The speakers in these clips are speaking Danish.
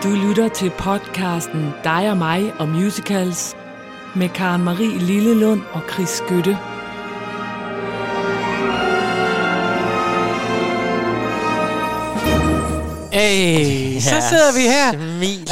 Du lytter til podcasten Dig og mig og musicals med Karen Marie Lillelund og Chris Skytte. Hey, så sidder vi her. Smil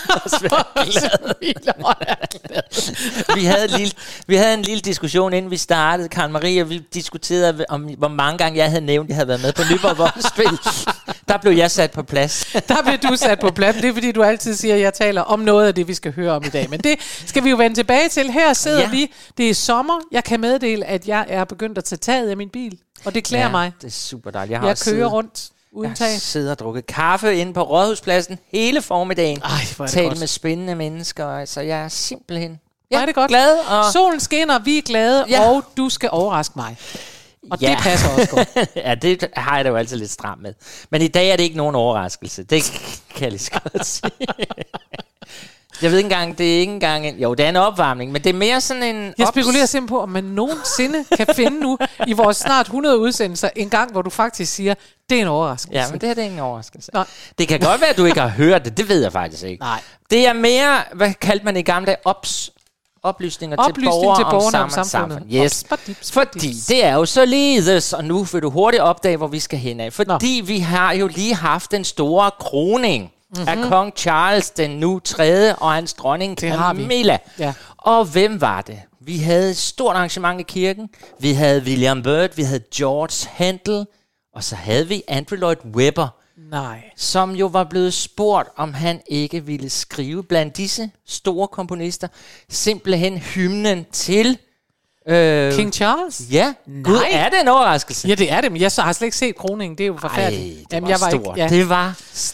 vi havde en lille diskussion, inden vi startede, Karen Marie, og vi diskuterede om, hvor mange gange jeg havde nævnt, at jeg havde været med på Nyborg Voldspil. Der blev jeg sat på plads. Der blev du sat på plads. Det er fordi, du altid siger, at jeg taler om noget af det, vi skal høre om i dag. Men det skal vi jo vende tilbage til. Her sidder vi. Det er sommer. Jeg kan meddele, at jeg er begyndt at tage taget af min bil. Og det klæder mig. Det er super dejligt. Jeg kører rundt uden tag. Jeg sidder og drukker kaffe inde på Rådhuspladsen hele formiddagen. Talt med spændende mennesker. Så jeg er simpelthen er det godt. Glad. Og solen skinner, vi er glade, og du skal overraske mig. Og det passer også godt. Ja, det har jeg da jo altid lidt stramt med. Men i dag er det ikke nogen overraskelse. Det kan jeg lige så godt sige. Jeg ved ikke engang, det er ikke engang jo, det er en opvarmning, men det er mere sådan en jeg spekulerer simpelthen på, om man nogensinde kan finde nu i vores snart 100 udsendelser en gang, hvor du faktisk siger, det er en overraskelse. Ja, men det her det er ingen overraskelse. Nej. Det kan godt være, at du ikke har hørt det. Det ved jeg faktisk ikke. Nej. Det er mere, hvad kaldte man i gamle dage, oplysninger til borgerne om samfundet. Yes. Fordi det er jo således, og nu vil du hurtigt opdage, hvor vi skal hen af. Fordi vi har jo lige haft den store kroning af kong Charles den nu 3. og hans dronning Camilla. Ja. Og hvem var det? Vi havde et stort arrangement i kirken. Vi havde William Byrd, vi havde George Handel, og så havde vi Andrew Lloyd Webber. Nej. Som jo var blevet spurgt, om han ikke ville skrive blandt disse store komponister simpelthen hymnen til King Charles? Ja, Gud, er det en overraskelse? Ja, det er det, men jeg har slet ikke set kroningen. Det er jo forfærdeligt. Det var stort. Det var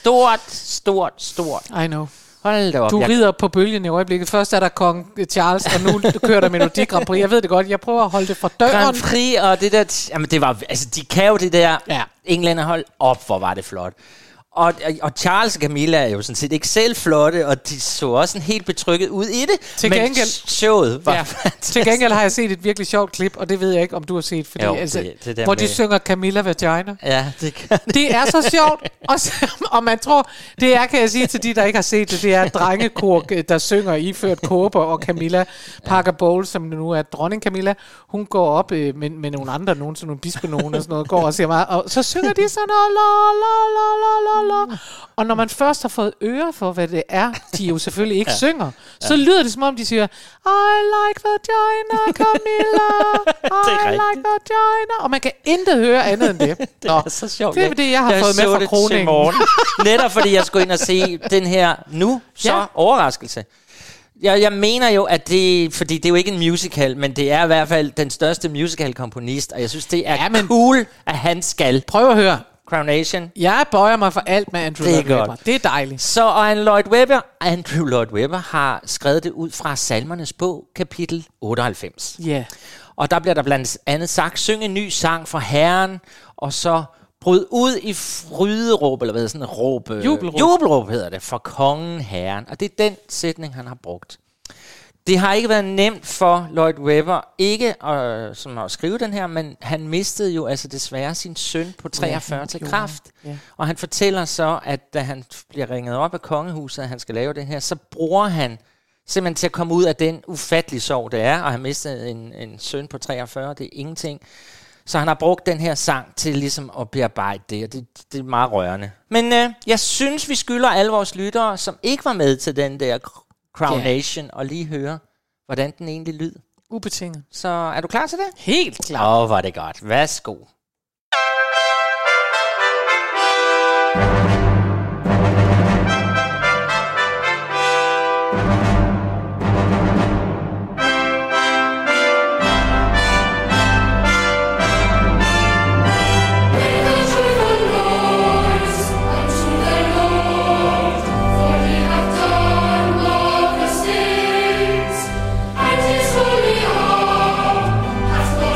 stort. I know. Hold da op. Du rider på bølgen i øjeblikket. Først er der kong Charles, og nu kører der Melodi Grand Prix. Jeg ved det godt. Jeg prøver at holde det fra døren. Grand Prix og det der... Jamen, det var... Altså, de kan jo det der... Ja. Englænder hold op, hvor var det flot. Og Charles og Camilla er jo sådan set ikke selv flotte, og de så også sådan helt betrykket ud i det. Til gengæld, showet var fantastisk. Til gengæld har jeg set et virkelig sjovt klip, og det ved jeg ikke, om du har set, fordi, jo, altså, det hvor de synger Camilla Vagina. Ja, det kan det er så sjovt, og man tror, det er, kan jeg sige til de, der ikke har set det, det er drengekor, der synger iført kåber, og Camilla Parker Bowles, som nu er dronning Camilla, hun går op med nogle andre, nogle sådan nogle bispenogen og sådan noget, går og siger meget, og så synger de sådan noget, og når man først har fået øre for, hvad det er, de jo selvfølgelig ikke synger, så lyder det som om, de siger, I like vagina, Camilla, I like vagina, og man kan intet høre andet end det. Det er så sjovt. Det er det, jeg har fået med fra kroningen. Netop fordi jeg skulle ind og se den her overraskelse. Jeg mener jo, at det, fordi det er jo ikke en musical, men det er i hvert fald den største musical-komponist, og jeg synes, det er cool, at han skal. Prøv at høre. Coronation. Jeg bøjer mig for alt med Andrew Lloyd Webber. Det er dejligt. Så og Andrew Lloyd Webber har skrevet det ud fra Salmernes bog, kapitel 98. Ja. Yeah. Og der bliver der blandt andet sagt, syng en ny sang for Herren, og så bryd ud i fryderåb, eller hvad sådan en råb. Jubelråb hedder det, for kongen Herren. Og det er den sætning, han har brugt. Det har ikke været nemt for Lloyd Webber ikke at skrive den her, men han mistede jo altså desværre sin søn på 43 til kræft. Ja. Og han fortæller så, at da han bliver ringet op af kongehuset, at han skal lave det her, så bruger han simpelthen til at komme ud af den ufattelige sorg, det er, og han mistede en søn på 43, det er ingenting. Så han har brugt den her sang til ligesom at bearbejde det, og det er meget rørende. Men jeg synes, vi skylder alle vores lyttere, som ikke var med til den der Coronation, og lige høre, hvordan den egentlig lyder. Ubetinget. Så er du klar til det? Helt klar. Hvor er det godt. Værsgo.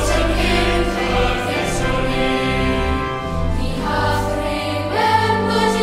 Remember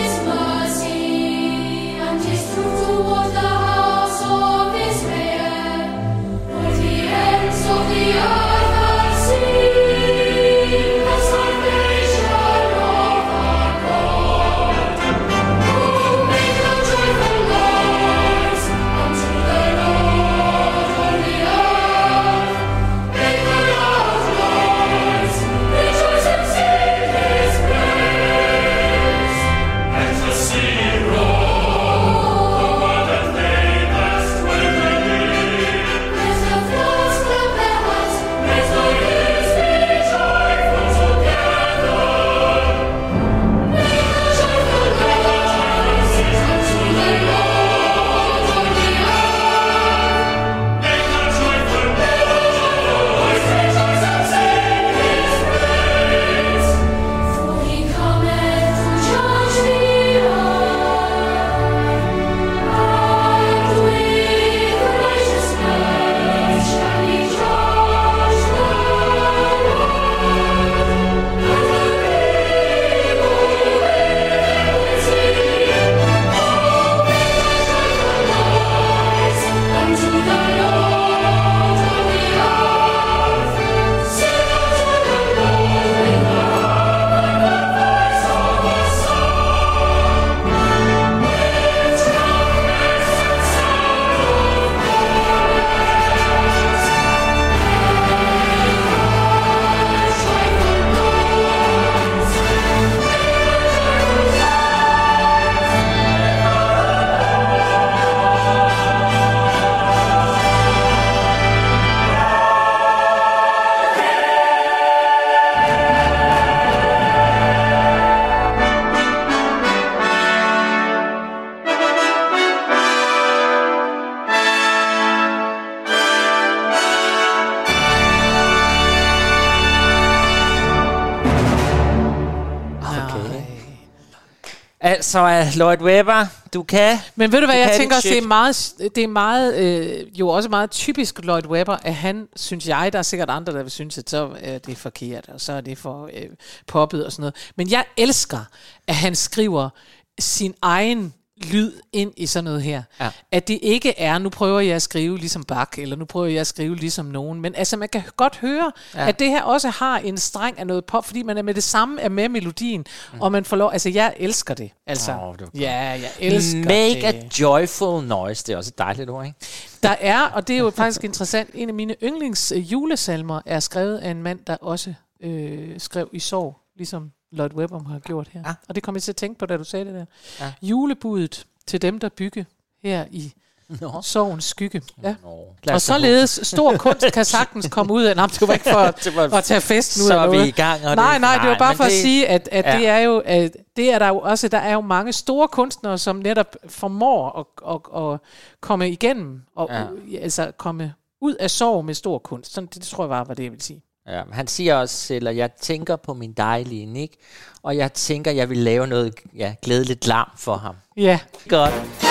Altså, Lloyd Webber, du kan. Men ved du hvad, jeg tænker også, det er meget jo også meget typisk Lloyd Webber, at han, synes jeg, der er sikkert andre, der vil synes, at så er det forkert, og så er det for poppet og sådan noget. Men jeg elsker, at han skriver sin egen lyd ind i sådan noget her. Ja. At det ikke er, nu prøver jeg at skrive ligesom Bach, eller nu prøver jeg at skrive ligesom nogen, men altså man kan godt høre, at det her også har en streng af noget pop, fordi man er med det samme er med melodien, og man får lov, altså jeg elsker det. Altså, jeg elsker Make det. a joyful noise, det er også et dejligt ord, ikke? Der er, og det er jo faktisk interessant, en af mine yndlings julesalmer er skrevet af en mand, der også skrev i sorg, ligesom Lloyd Webber har gjort her. Og det kom jeg til at tænke på, da du sagde det der. Julebudet til dem, der bygge her i sorgens skygge. Ja. Og således stor kunst kan sagtens komme ud af... Nej, det var ikke for at tage festen ud af noget. Så er vi i gang. Nej, det var bare for at sige, at det er jo... Det er der jo også... Der er jo mange store kunstnere, som netop formår at komme igennem og altså komme ud af sorg med stor kunst. Sådan, det tror jeg var det, jeg vil sige. Ja, han siger også, eller jeg tænker på min dejlige Nick, og jeg tænker, jeg vil lave noget glædeligt larm for ham. Ja. Godt.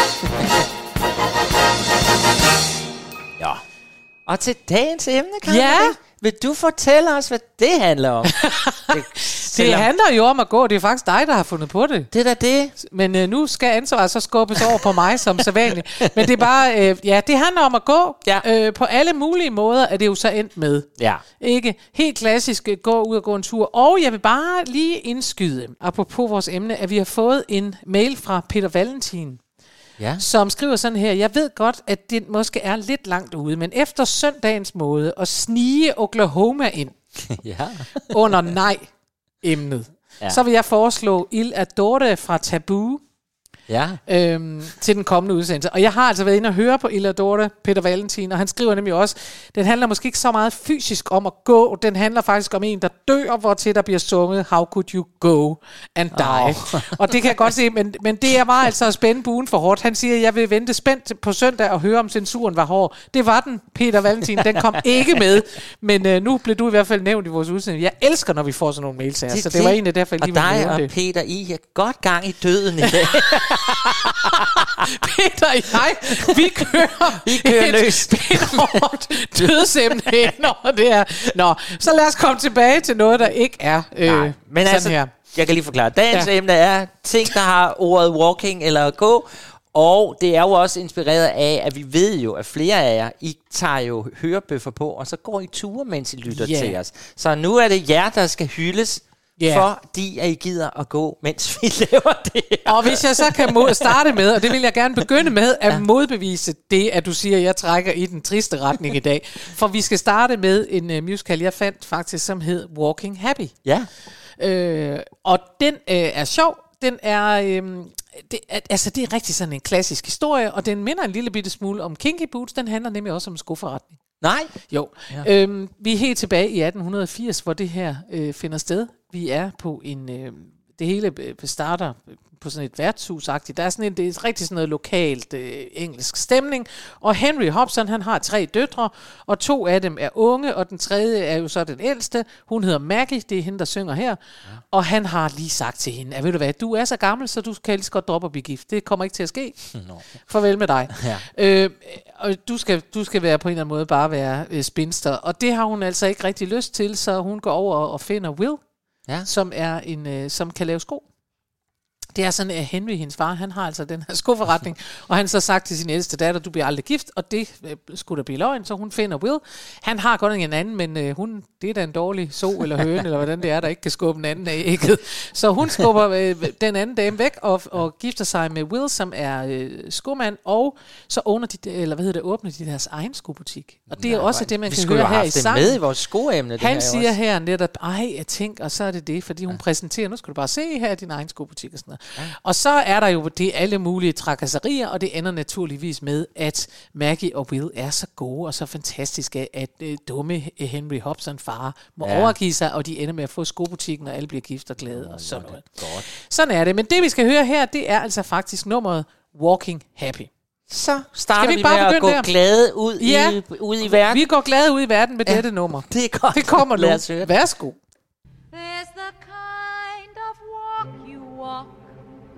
Ja. Og til dagens emne, vil du fortælle os, hvad det handler om? Det handler jo om at gå. Det er faktisk dig, der har fundet på det. Det er da det. Men nu skal ansvaret så skubbes over på mig som sædvanligt. Men det er bare, det handler om at gå. Ja. På alle mulige måder er det jo så endt med. Ja. Ikke? Helt klassisk gå ud og gå en tur. Og jeg vil bare lige indskyde, apropos vores emne, at vi har fået en mail fra Peter Valentin. Ja. Som skriver sådan her: jeg ved godt, at det måske er lidt langt ude, men efter søndagens måde at snige Oklahoma ind under nej-emnet, så vil jeg foreslå Il Adore fra Taboo til den kommende udsendelse. Og jeg har altså været inde og høre på Il Adore, Peter Valentin, og han skriver nemlig også, den handler måske ikke så meget fysisk om at gå, den handler faktisk om en, der dør, hvortil der bliver sunget How Could You Go and Die. Og det kan jeg godt se, men det er bare altså at spænde buen for hårdt. Han siger, jeg vil vente spændt på søndag og høre, om censuren var hård. Det var den, Peter Valentin, den kom ikke med, men nu blev du i hvert fald nævnt i vores udsendelse. Jeg elsker, når vi får sådan nogle mails her, så det var en af derfor, jeg lige ville nævne det. Og Peter, I er godt gang i døden i dag. Peter og jeg, vi kører løs. hårdt dødsemne ind over det her. Nå, så lad os komme tilbage til noget, der ikke er men sådan altså, her. Jeg kan lige forklare. Dagens emne er ting, der har ordet walking eller gå. Og det er jo også inspireret af, at vi ved jo, at flere af jer, I tager jo hørebøffer på, og så går I ture, mens I lytter til os. Så nu er det jer, der skal hyldes, fordi at I gider at gå, mens vi laver det her. Og hvis jeg så kan starte med, og det vil jeg gerne begynde med, at modbevise det, at du siger, at jeg trækker i den triste retning i dag. For vi skal starte med en musical, jeg fandt faktisk, som hed Walking Happy. Ja. Og den er sjov. Den er... det er rigtig sådan en klassisk historie, og den minder en lille bitte smule om Kinky Boots. Den handler nemlig også om en skoforretning. Nej. Jo. Ja. Vi er helt tilbage i 1880, hvor det her finder sted. Vi er på en... det hele starter på sådan et værtshusagtigt. Der er sådan det er rigtig sådan noget lokalt engelsk stemning. Og Henry Hobson, han har 3 døtre, og 2 af dem er unge, og den tredje er jo så den ældste. Hun hedder Maggie, det er hende, der synger her. Ja. Og han har lige sagt til hende, at ved du hvad, du er så gammel, så du kan lige så godt droppe og blive gift. Det kommer ikke til at ske. No. Farvel med dig. Ja. Og du skal være på en eller anden måde bare være spinster. Og det har hun altså ikke rigtig lyst til, så hun går over og finder Will, som er som kan lave sko. Det er sådan, at Henry, hendes far, han har altså den her skoforretning, og han så sagt til sin ældste datter, du bliver aldrig gift, og det skulle da blive løgn, så hun finder Will. Han har godt nok en anden, men det er da en dårlig so eller høne, eller hvordan det er, der ikke kan skubbe en anden af ægget. Så hun skubber den anden dame væk, og gifter sig med Will, som er skomand, og så åbner de deres egen skobutik. Og det er også det, man kan høre her i sangen. Vi med i vores skoemne. Han siger her netop, jeg tænker, og så er det, fordi hun præsenterer, nu skal du bare se her din egen skobutik og sådan noget. Ja. Og så er der jo det alle mulige trakasserier, og det ender naturligvis med, at Maggie og Will er så gode og så fantastiske, at dumme Henry Hobson far må overgive sig, og de ender med at få skobutikken, og alle bliver gift og glade og sådan noget. Sådan er det. Men det vi skal høre her, det er altså faktisk nummeret Walking Happy. Så starter vi med at gå glade ud i verden. Vi går glade ud i verden med dette nummer. Det er godt. Det kommer nu. Værsgo. There's the kind of walk you walk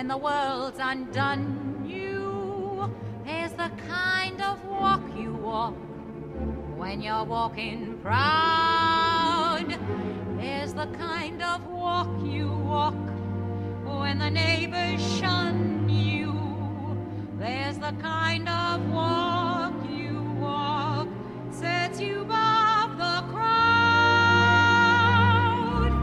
when the world's undone you. There's the kind of walk you walk when you're walking proud. There's the kind of walk you walk when the neighbors shun you. There's the kind of walk you walk sets you above the crowd.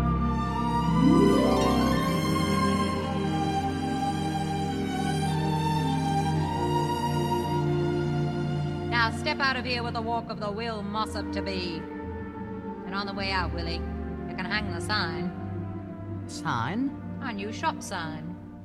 Now step out of here with the walk of the Will Mossop to be. And on the way out, Willie, you can hang the sign. Sign? Our new shop sign.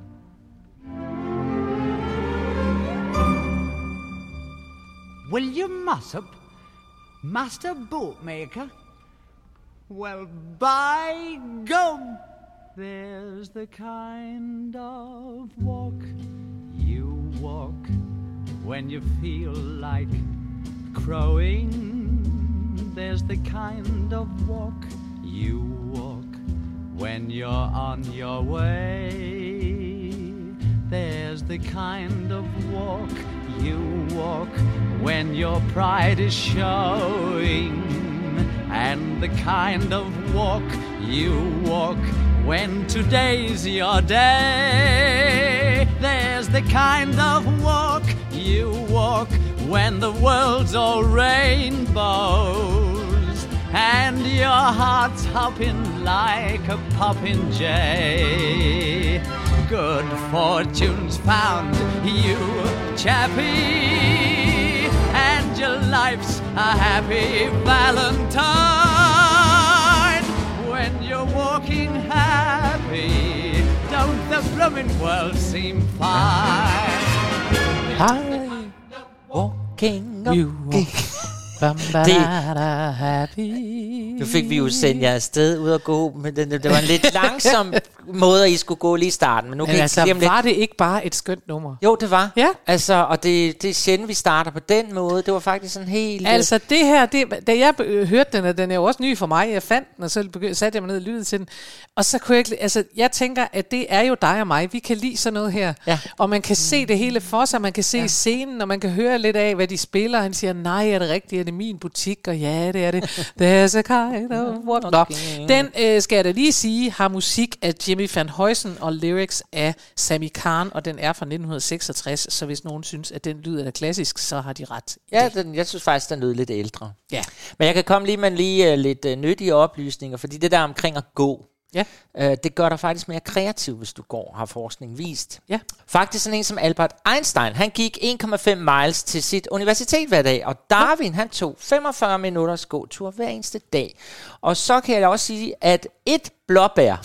William Mossop, master bootmaker? Well, by gum, there's the kind of walk you walk when you feel like crowing. There's the kind of walk you walk when you're on your way. There's the kind of walk you walk when your pride is showing. And the kind of walk you walk when today's your day. There's the kind of walk you walk when the world's all rainbows and your heart's hopping like a poppin' jay. Good fortune's found you, chappie, and your life's a happy Valentine. When you're walking happy, don't the blooming world seem fine? Hi, walking You up. happy. Nu fik vi jo sendt jer afsted ud at gå, men det var en lidt langsom måde, I skulle gå lige i starten. Men nu kan altså, lige om lidt. var det ikke bare et skønt nummer? Jo, det var. Ja. Altså, og det er sjældent, vi starter på den måde. Det var faktisk sådan helt... Altså det her, da jeg hørte den, og den er jo også ny for mig, jeg fandt den, og så satte jeg mig ned og lyttede til den, og så kunne jeg ikke, altså jeg tænker, at det er jo dig og mig, vi kan lide sådan noget her, Ja. og man kan se det hele for sig, man kan se scenen, og man kan høre lidt af, hvad de spiller, han siger, nej, er det rigtigt, er det min butik, og ja, det er det, there's a kind of what. Nå, den skal jeg da lige sige, har musik af Jimmy Van Heusen, og lyrics af Sammy Cahn, og den er fra 1966, så hvis nogen synes, at den lyder da klassisk, så har de ret. Ja, jeg synes faktisk, den lød lidt ældre. Ja. Men jeg kan komme lige med lidt nyttige oplysninger, fordi det der omkring at gå, Ja. det gør dig faktisk mere kreativ, hvis du går, har forskning vist. Ja. Faktisk sådan en som Albert Einstein, han gik 1,5 miles til sit universitet hver dag, og Darwin, han tog 45 minutters gåtur hver eneste dag. Og så kan jeg også sige, at et blåbær,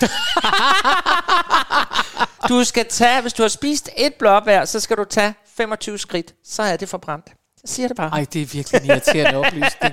du skal tage, hvis du har spist et blåbær, så skal du tage 25 skridt, så er det forbrændt. Jeg siger det bare. Ej, det er virkelig en irriterende oplysning.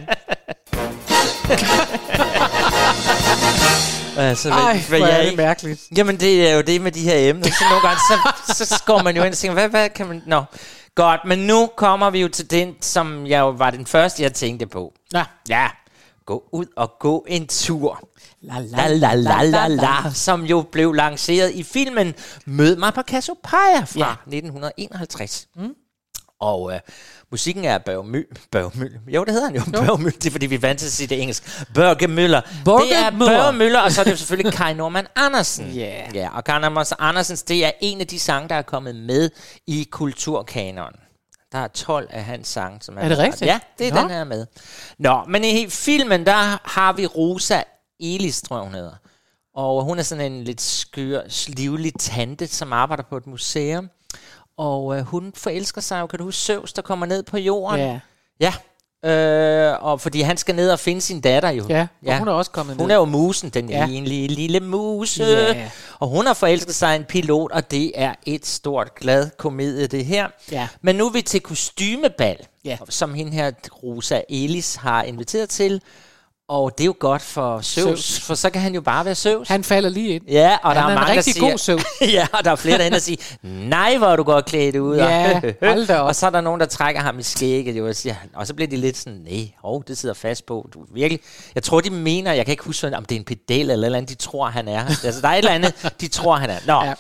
Altså, Ej, hvor er det mærkeligt. Jamen, det er jo det med de her emner. Så nogle gange, så går man jo ind og tænker, hvad kan man... Nå, godt, men nu kommer vi jo til den, som jeg jo var den første, jeg tænkte på. Ja, gå ud og gå en tur. La la la la la, som jo blev lanceret i filmen Mød mig på Cassiopeia fra 1951. Og musikken er Børge Müller. Jo, det hedder han jo. Børge Müller. Det er fordi, vi er vant til at sige det engelsk. Børge Müller. Det er Børge Müller, og så er det jo selvfølgelig Kai Normann Andersen. Ja, og Kai Normann Andersens, det er en af de sange, der er kommet med i kulturkanonen. Der er 12 af hans sange, som er det rigtigt? Ja, det er den her med. Nå, men i filmen, der har vi Rosa Elis, tror jeg, hun hedder. Og hun er sådan en lidt skør, livlig tante, som arbejder på et museum. Og hun forelsker sig jo, kan du huske Zeus, der kommer ned på jorden? Ja. Og fordi han skal ned og finde sin datter jo. Ja, og hun er også kommet ned. Hun er jo musen, den enlige lille muse. Og hun har forelsket sig en pilot, og det er et stort glad komedie, det her. Ja. Men nu er vi til kostymebal, som hende her Rosa Elis har inviteret til. Og det er jo godt for Zeus, for så kan han jo bare være Zeus. Han falder lige ind. Ja, og han der er mange, rigtig der siger, god Zeus. ja, og der er flere derinde, der siger, nej, hvor er du godt klædt ud. Ja, hold da op. Og så er der nogen, der trækker ham i skægget, jo, og så bliver de lidt sådan, nej, det sidder fast på. Du virkelig. Jeg tror, de mener, jeg kan ikke huske, om det er en pedel eller andet, de tror, han er. Altså, der er et eller andet, de tror, han er. Nå. Ja.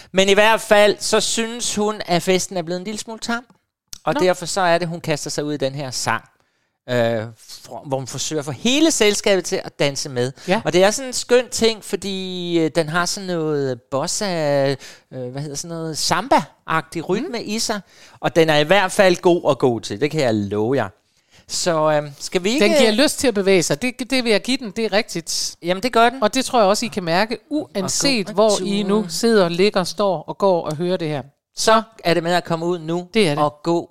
Men i hvert fald, så synes hun, at festen er blevet en lille smule tam. Og derfor så er det, hun kaster sig ud i den her sang. Hvor hun forsøger at få hele selskabet til at danse med. Ja. Og det er sådan en skøn ting, fordi den har sådan noget bossa, sådan noget samba-agtig rytme i sig. Og den er i hvert fald god og god til. Det kan jeg love jer. Så skal vi ikke... Den giver lyst til at bevæge sig. Det vil jeg give den. Det er rigtigt. Jamen, det gør den. Og det tror jeg også, I kan mærke, uanset hvor I nu sidder, ligger, står og går og hører det her. Så er det med at komme ud nu. Det er det. Og gå.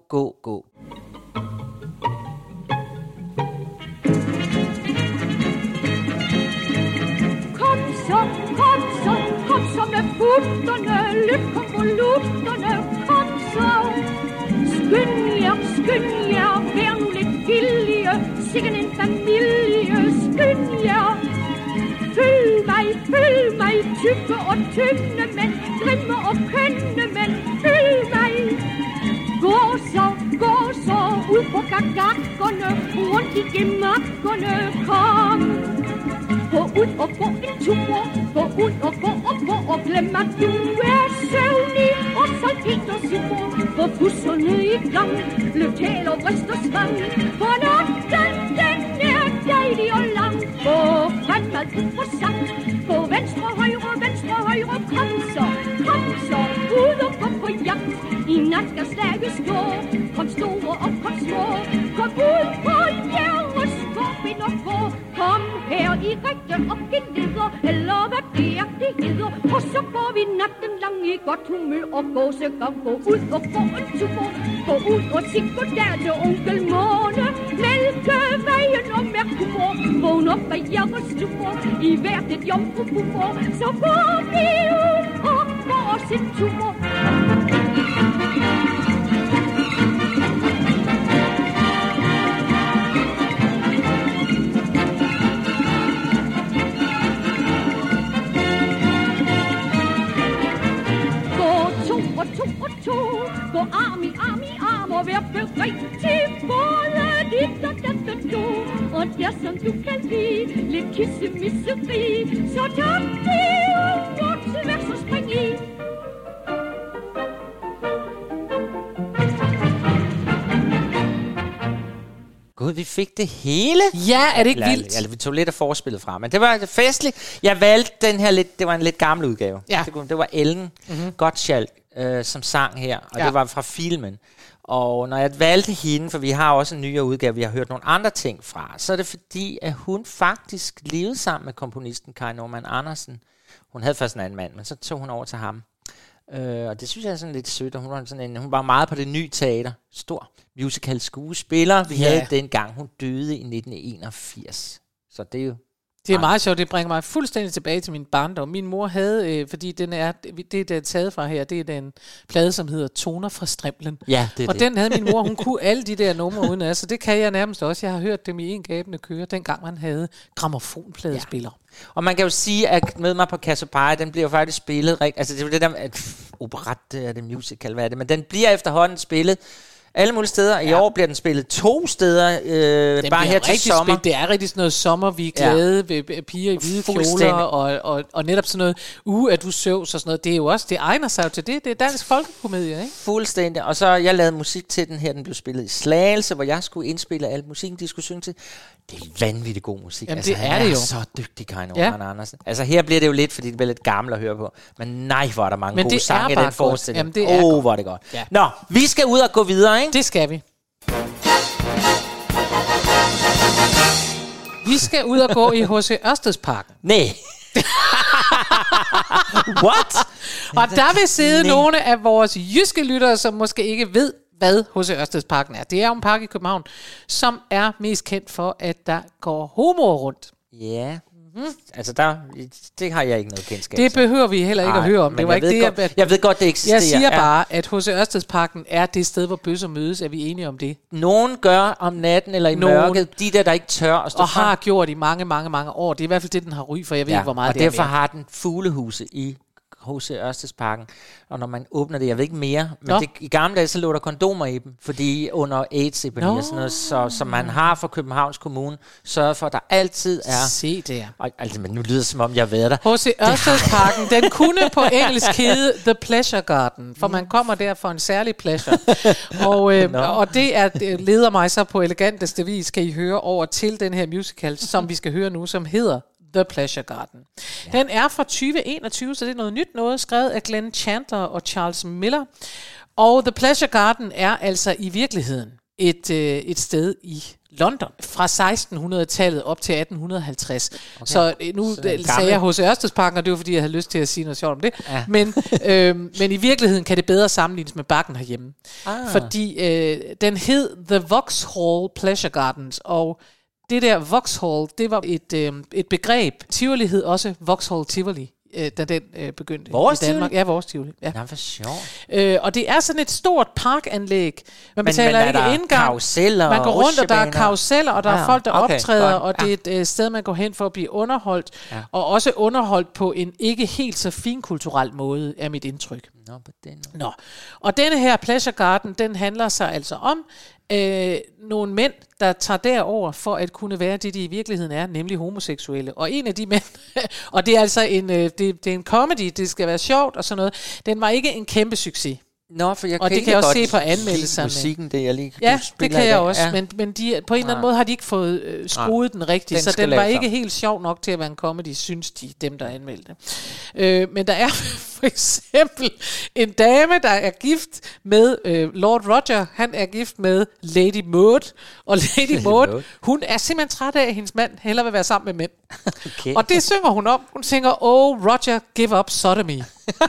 Kom så med putterne, løb konvolutterne, kom så. Skynd jer, vær nu lidt villige, sikken en familie, skynd jer. Følg mig, tykke og tynde mænd, grimme og kønne mænd, følg mig. Gå så, ud på gagakkerne, rundt i gemakkerne, kom. Gå ud og gå en tur, gå ud og gå og glem at du er søvnig og salpetersur. Få pusserne i gang, løb tæl og vrist og svang, for natten den er dejlig og lang. Gå fremad ud for sang, gå venstre, højre, kom så, ud og gå på jagt. I nat skal slaget stå, kom store og kom små, kom ud på jævres, forbind og gå. Kom her i rigte og geleder, eller hvad det hedder, og så går vi natten lang i godt humør og gåsegang. Gå ud og gå en tur, gå ud og sig goddag til onkel Måne, Mælkevejen og Merkur, vågn op af jeres stuer, i hvert et jomfrubur, så går vi ud og går os en tur. Gå arm i arm og vær beredt til både dit og dat og do. Og der som du kan lide lidt kissemisseri, så tak det og tværs og spring i. Gud, vi fik det hele. Ja, er det ikke vildt? Ja, vi tog lidt af forspillet fra, men det var festligt. Jeg valgte den her lidt, det var en lidt gammel udgave. Ja. Det var Ellen Gottschalk, som sang her, og det var fra filmen. Og når jeg valgte hende, for vi har også en nyere udgave, vi har hørt nogle andre ting fra, så er det fordi, at hun faktisk levede sammen med komponisten Kai Normann Andersen. Hun havde først en anden mand, men så tog hun over til ham. Og det synes jeg er sådan lidt sødt, og hun var meget på Det Nye Teater. Stor musical skuespiller. Vi havde dengang, hun døde i 1981. Så det er jo... Det er meget sjovt, det bringer mig fuldstændig tilbage til min barndom. Min mor havde, fordi det er taget fra her, det er den plade, som hedder Toner fra Strimlen. Ja, det er og det. den havde min mor, hun kunne alle de der numre uden af, så det kan jeg nærmest også. Jeg har hørt dem i en gabende køre, dengang man havde grammofonpladespillere. Ja. Og man kan jo sige, at Mød mig på Cassiopeia, den bliver jo faktisk spillet rigtigt. Altså det er jo det der, operet, er det musical, hvad er det? Men den bliver efterhånden spillet alle mulige steder. I år bliver den spillet 2 steder, bare her til sommer. Det er rigtig sådan noget sommer, vi er glade ved piger i hvide kjoler, og netop sådan noget, at du søvs og sådan noget. Det er jo også, det egner sig jo til det. Det er dansk folkekomedie, ikke? Fuldstændig. Og så jeg lavede musik til den her, den blev spillet i Slagelse, hvor jeg skulle indspille al musikken, de skulle synge til. Det er vanvittigt god musik. Jamen, altså, det er det jo. Så dygtig, Kai Normann Andersen. Altså her bliver det jo lidt, fordi det bliver lidt gammelt at høre på. Men nej, hvor er der mange gode sange i den forestilling. Hvor er det godt. Ja. Nå, vi skal ud og gå videre, ikke? Det skal vi. Vi skal ud og gå i H.C. Ørstedsparken. Nej. What? Og der vil sidde nogle af vores jyske lyttere, som måske ikke ved, hvad H.C. Ørstedsparken er. Det er jo en park i København, som er mest kendt for, at der går homoer rundt. Ja. Altså det har jeg ikke noget kendskab. Det behøver vi heller ikke at høre om. Det var ikke det, jeg ved godt, det eksisterer. Jeg siger bare, at H.C. Ørstedsparken er det sted, hvor bøsser mødes. Er vi enige om det? Nogen gør om natten eller i mørket, de der ikke tør at stå og frem. har gjort i mange, mange, mange år. Det er i hvert fald det, den har ry for. Jeg ved ikke, hvor meget og det er. Og derfor har den fuglehuse i H.C. Ørstedsparken, og når man åbner det, jeg ved ikke mere, men i gamle dage, så lå der kondomer i dem, fordi under AIDS-epidemi og sådan noget, så man har fra Københavns Kommune sørget for, at der altid er... Se der. Altså, men nu lyder det, som om jeg ved der. H.C. Ørstedsparken, den kunne på engelsk hedde The Pleasure Garden, for man kommer der for en særlig pleasure. Og det leder mig så på eleganteste vis, kan I høre over til den her musical, som vi skal høre nu, som hedder The Pleasure Garden. Ja. Den er fra 2021, så det er noget nyt noget, skrevet af Glenn Chandler og Charles Miller. Og The Pleasure Garden er altså i virkeligheden et sted i London fra 1600-tallet op til 1850. Okay. Så nu sagde jeg H.C. Ørstedsparken, og det var fordi, jeg havde lyst til at sige noget sjovt om det. Ja. Men i virkeligheden kan det bedre sammenlignes med Bakken herhjemme. Fordi den hed The Vauxhall Pleasure Gardens, og det der Vauxhall, det var et begreb. Tivoli hed også Vauxhall Tivoli, da den begyndte vores i Danmark. Tivoli? Ja, vores Tivoli. Ja. Nå, hvor sjovt. Og det er sådan et stort parkanlæg. Man betaler men ikke indgang. Karuseller, man går rundt, og der er karuseller, og der er folk, der optræder, godt. og det er et sted, man går hen for at blive underholdt. Ja. Og også underholdt på en ikke helt så finkulturel måde, er mit indtryk. Nå. Og denne her Pleasure Garden, den handler sig altså om nogle mænd, der tager derover for at kunne være det, de i virkeligheden er, nemlig homoseksuelle. Og en af de mænd, og det er altså det er en comedy, det skal være sjovt og sådan noget, den var ikke en kæmpe succes. Nå, for jeg og det kan jeg også se på anmeldelserne. Musikken, det jeg lige det kan jeg også, men de, på en eller anden måde har de ikke fået skruet den rigtigt, så den var ikke helt sjov nok til at være en comedy, synes de, dem der anmeldte. Men der er for eksempel en dame, der er gift med Lord Roger, han er gift med Lady Maud, og Lady Maud, hun er simpelthen træt af, at hendes mand hellere vil være sammen med mænd. Okay. Og det synger hun om. Hun synger, "Oh Roger, give up sodomy."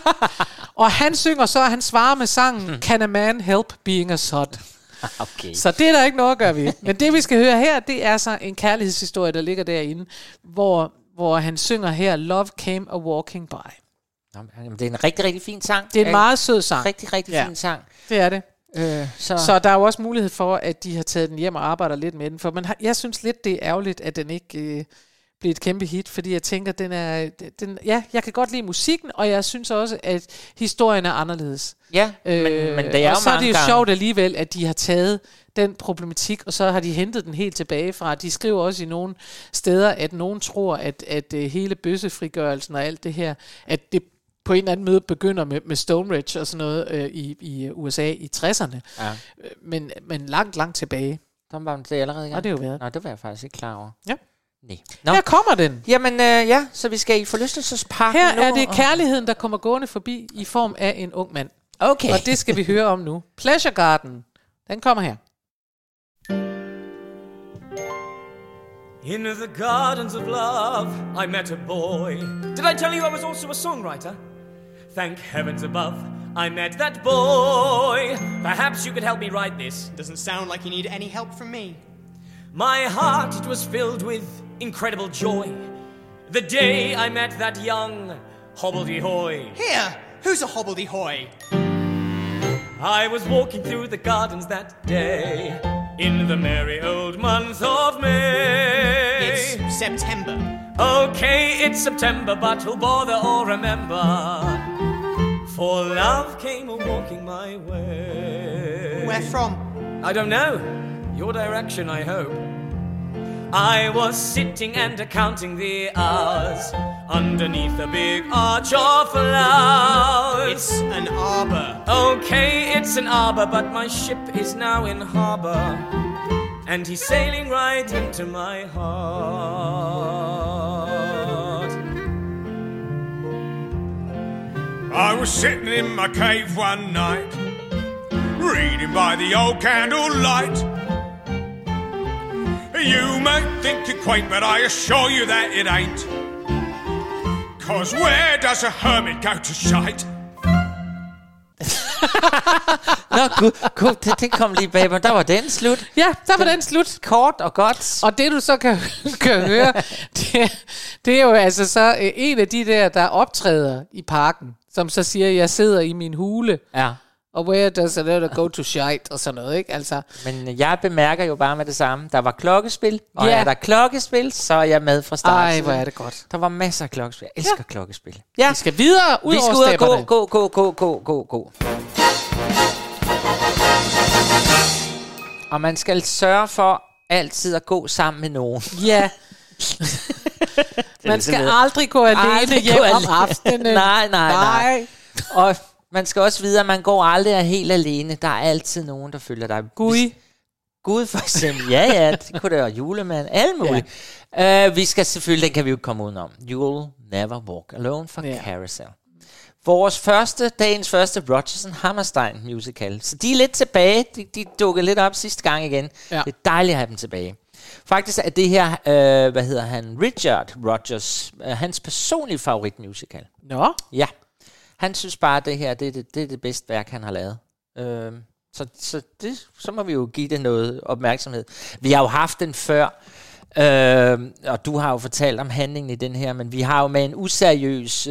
Og han synger så, at han svarer med sangen, "Can a man help being a sod?" Okay. Så det er der ikke noget at gøre ved. Men det vi skal høre her, det er så en kærlighedshistorie, der ligger derinde, hvor han synger her, "Love came a walking by." Det er en rigtig, rigtig fin sang. Det er en meget sød sang. Rigtig, rigtig fin sang. Det er det. Så der er jo også mulighed for, at de har taget den hjem og arbejder lidt med den. For jeg synes lidt, det er ærgerligt, at den ikke blev et kæmpe hit, fordi jeg tænker, jeg kan godt lide musikken, og jeg synes også, at historien er anderledes. Ja, men det er og jo så er det jo sjovt alligevel, at de har taget den problematik, og så har de hentet den helt tilbage fra. De skriver også i nogle steder, at nogen tror, at hele bøssefrigørelsen og alt det her, at det på en eller anden måde begynder med Stone Ridge og sådan noget i USA i 60'erne. Ja. Men langt tilbage. Så var det allerede i gang. Og det er jo været. Nå, det var jeg faktisk ikke klar over. Ja. Nå. Her kommer den. Jamen, så vi skal i forlystelsesparken her nu. Her er det kærligheden, der kommer gående forbi i form af en ung mand. Okay. Og det skal vi høre om nu. Pleasure Garden. Den kommer her. In the gardens of love, I met a boy. Did I tell you I was also a songwriter? Thank heavens above, I met that boy. Perhaps you could help me write this. Doesn't sound like you need any help from me. My heart, it was filled with incredible joy the day I met that young hobbledehoy. Here, who's a hobbledehoy? I was walking through the gardens that day in the merry old month of May. It's September. Okay, it's September, but who'll bother or remember? For love came a-walking my way. Where from? I don't know. Your direction, I hope. I was sitting and counting the hours underneath a big arch of flowers. It's an arbor. Okay, it's an arbor, but my ship is now in harbor, and he's sailing right into my heart. I was sitting in my cave one night, reading by the old candlelight. You might think it quaint, but I assure you that it ain't. 'Cause where does a hermit go to shite? Nå, gud, det kom lige bag mig. Der var den slut. Ja, der var den slut. Kort og godt. Og det du så kan høre, det er jo altså så en af de der optræder i parken, som så siger, jeg sidder i min hule. Ja. Og where does a letter go to shite, og sådan noget, ikke? Altså. Men jeg bemærker jo bare med det samme. Der var klokkespil, og er der klokkespil, så er jeg med fra start. Ej, hvor er det godt. Der var masser af klokkespil. Jeg elsker klokkespil. Ja. Vi skal videre ud over stepperne. Gå. Og man skal sørge for altid at gå sammen med nogen. Ja. Man skal aldrig gå alene hjem om aftenen. Nej. Og man skal også vide, at man går aldrig helt alene. Der er altid nogen, der følger dig. Gud for eksempel. Ja, det kunne da være julemand. Alle muligt. Ja. Vi skal selvfølgelig, den kan vi jo komme udenom. You'll Never Walk Alone fra Carousel. Dagens første Rodgers & Hammerstein musical. Så de er lidt tilbage. De dukkede lidt op sidste gang igen. Ja. Det er dejligt at have dem tilbage. Faktisk er det her, Richard Rodgers, hans personlige favoritmusical. Nå? Ja. Han synes bare, at det her det er det bedste værk, han har lavet. Så må vi jo give det noget opmærksomhed. Vi har jo haft den før, og du har jo fortalt om handlingen i den her, men vi har jo med en useriøs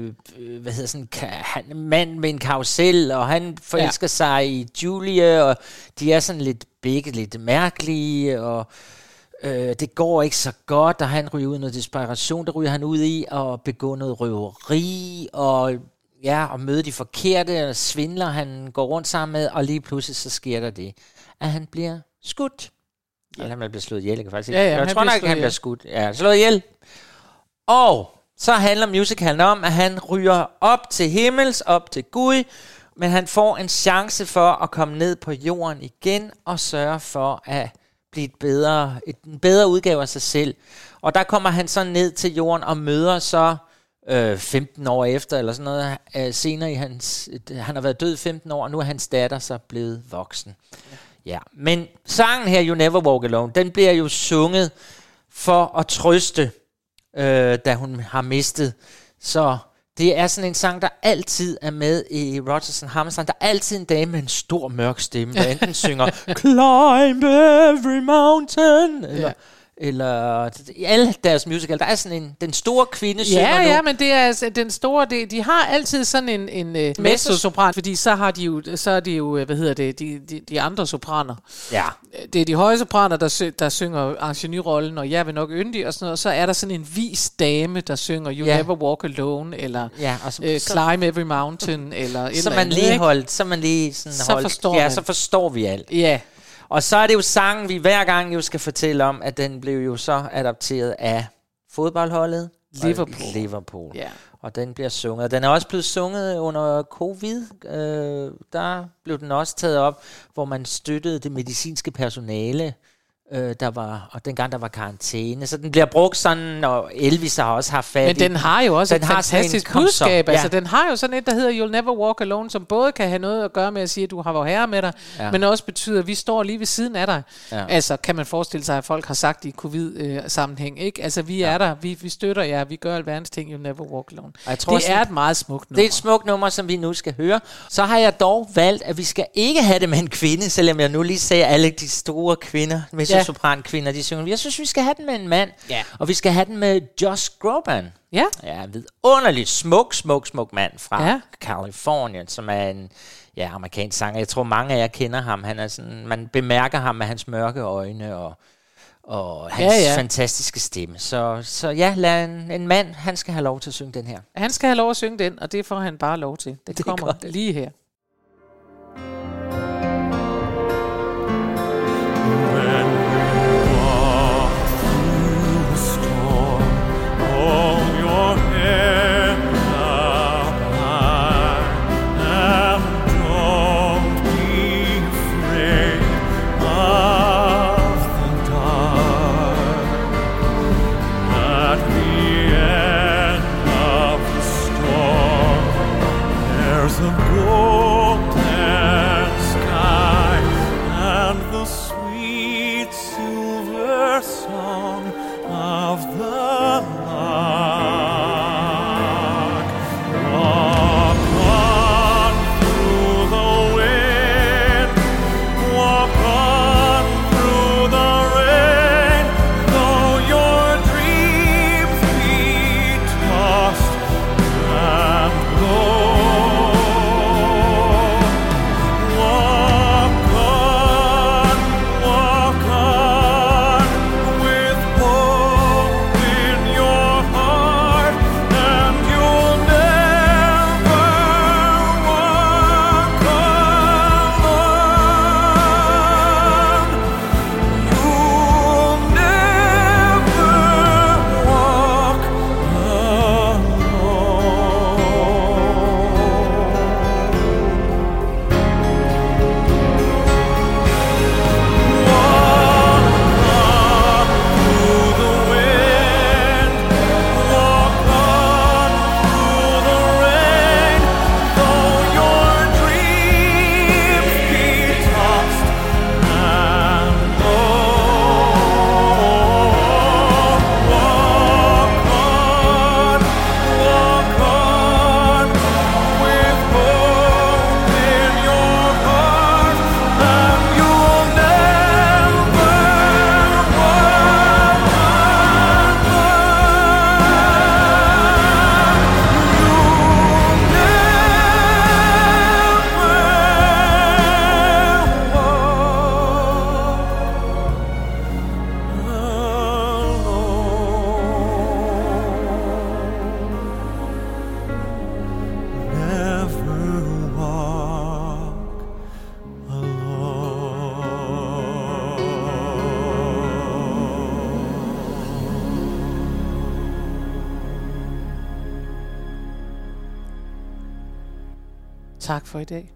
mand med en karusel, og han forelsker sig i Julie, og de er sådan lidt mærkelige, og det går ikke så godt, og han ryger ud i noget desperation, der ryger han ud i at begå noget røveri, og møde de forkerte, og svindler han går rundt sammen med, og lige pludselig så sker der det, at han bliver skudt. Eller han bliver slået ihjel, jeg kan faktisk ikke. Jeg tror nok, han bliver skudt. Ja, slået ihjel. Og så handler musicalen om, at han ryger op til himmels, op til Gud, men han får en chance for at komme ned på jorden igen, og sørge for at blive en bedre udgave af sig selv. Og der kommer han så ned til jorden og møder så 15 år efter, eller sådan noget, senere i han har været død 15 år, og nu er hans datter så blevet voksen. Ja, men sangen her, You Never Walk Alone, den bliver jo sunget for at trøste, da hun har mistet. Så det er sådan en sang, der altid er med i Rodgers & Hammerstein. Der er altid en dame med en stor mørk stemme, der enten synger Climb every mountain, eller i alle deres musical, der er sådan den store kvinde synger nu. Ja, men det er altså den store, de har altid sådan en mezzosopran, fordi så er de jo, de andre sopraner. Ja. Det er de høje sopraner, der synger ingenjørrollen, og jeg vil nok yndig og sådan noget, og så er der sådan en vis dame, der synger You Never Walk Alone, eller Climb Every Mountain, eller et eller andet. Så forstår vi alt. Ja. Og så er det jo sangen, vi hver gang jo skal fortælle om, at den blev jo så adapteret af fodboldholdet Liverpool. Yeah. Og den bliver sunget. Den er også blevet sunget under covid. Der blev den også taget op, hvor man støttede det medicinske personale, og dengang der var karantæne. Så den bliver brugt sådan, og Elvis har også haft fat. Men den har jo også et fantastisk budskab. Altså, den har jo sådan et, der hedder You'll Never Walk Alone, som både kan have noget at gøre med at sige, at du har vor herre med dig, men også betyder, at vi står lige ved siden af dig. Ja. Altså, kan man forestille sig, at folk har sagt i covid-sammenhæng, ikke? Altså, vi er der, vi støtter jer, vi gør alverdens ting, You'll Never Walk Alone. Det er et meget smukt nummer. Det er et smukt nummer, som vi nu skal høre. Så har jeg dog valgt, at vi skal ikke have det med en kvinde, selvom jeg nu lige sagde alle de store kvinder med soprankvinder, de synger. Jeg synes, vi skal have den med en mand. Ja. Og vi skal have den med Josh Groban. Ja. Ja, vidunderligt smuk mand fra Californien, som er en amerikansk sanger. Jeg tror, mange af jer kender ham. Han er sådan, man bemærker ham med hans mørke øjne og hans fantastiske stemme. Så lad en mand, han skal have lov til at synge den her. Han skal have lov at synge den, og det får han bare lov til. Det kommer lige her. There's a goal. tak for i dag.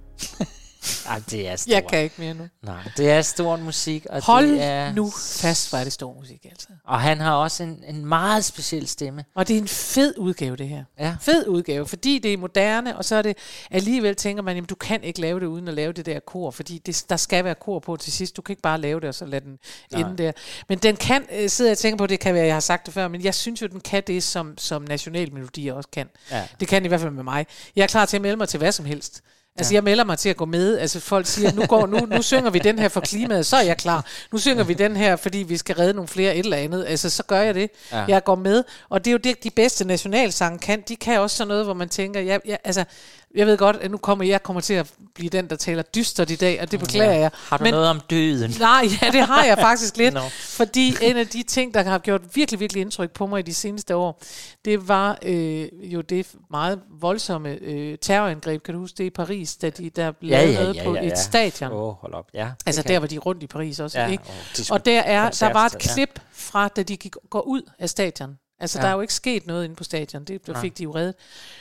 Ej, det er stort. Jeg kan ikke mere nu. Nej, det er stor musik. Og hold det er... nu fast, hvor er det stor musik, altså. Og han har også en meget speciel stemme. Og det er en fed udgave, det her. Ja. Fed udgave, fordi det er moderne, og så er det alligevel, tænker man, jamen du kan ikke lave det uden at lave det der kor, fordi der skal være kor på til sidst. Du kan ikke bare lave det, og så lade den ende der. Men den kan, sidder jeg og tænker på, det kan være, jeg har sagt det før, men jeg synes jo, den kan det, som nationalmelodier også kan. Ja. Det kan i hvert fald med mig. Jeg er klar til at melde mig til hvad som helst. Altså, jeg melder mig til at gå med. Altså, folk siger, nu synger vi den her for klimaet, så er jeg klar. Nu synger vi den her, fordi vi skal redde nogle flere et eller andet. Altså, så gør jeg det. Ja. Jeg går med. Og det er jo det, de bedste nationalsange kan. De kan også sådan noget, hvor man tænker, jeg ved godt, at nu kommer til at blive den, der taler dystert i dag, og det beklager jeg. Har du noget om døden? Nej, ja, det har jeg faktisk lidt. Fordi en af de ting, der har gjort virkelig, virkelig indtryk på mig i de seneste år, det var jo det meget voldsomme terrorangreb, kan du huske det, i Paris, da der blev lavet på et stadion. Hold op. Ja, altså der var de rundt i Paris også, ikke? Og der var et klip fra, da de går ud af stadion. Altså der er jo ikke sket noget inde på stadion, det fik de jo reddet.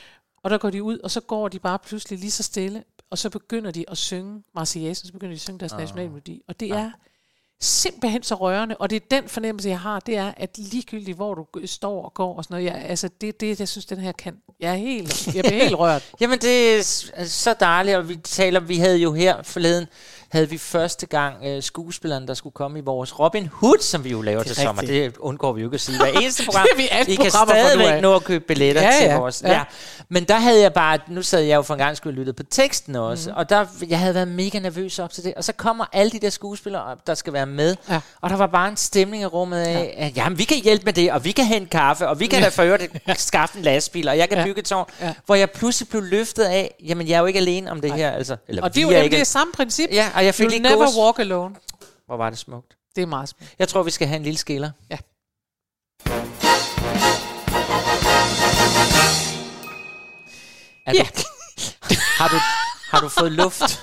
Og der går de ud, og så går de bare pludselig lige så stille, og så begynder de at synge Marseillaisen, så begynder de at synge deres nationalmelodi. Og det er simpelthen så rørende, og det er den fornemmelse, jeg har, det er, at ligegyldigt, hvor du står og går og sådan noget, jeg synes, den her kan. Jeg bliver helt rørt. Jamen, det er så dejligt, og vi havde jo her forleden, havde vi første gang skuespilleren, der skulle komme i vores Robin Hood, som vi jo laver til sommer. Det undgår vi jo ikke at sige. Hver eneste program, I kan stadigvæk nå at købe billetter til vores. Ja. Men der havde jeg bare, nu sad jeg jo for en gang skulle lytte på teksten også, og jeg havde været mega nervøs op til det, og så kommer alle de der skuespillere, der skal være med, og der var bare en stemning i rummet af, at jamen, vi kan hjælpe med det, og vi kan hente kaffe, og vi kan da for øvrigt skaffe en lastbil, og jeg kan bygge et tårn, hvor jeg pludselig blev løftet af, jamen jeg er jo ikke alene om det her, altså. Eller og det er jo det samme princip. Ja, og jeg fik lige never walk alone. Hvor var det smukt. Det er meget smukt. Jeg tror, vi skal have en lille skiller. Ja. Har du fået luft?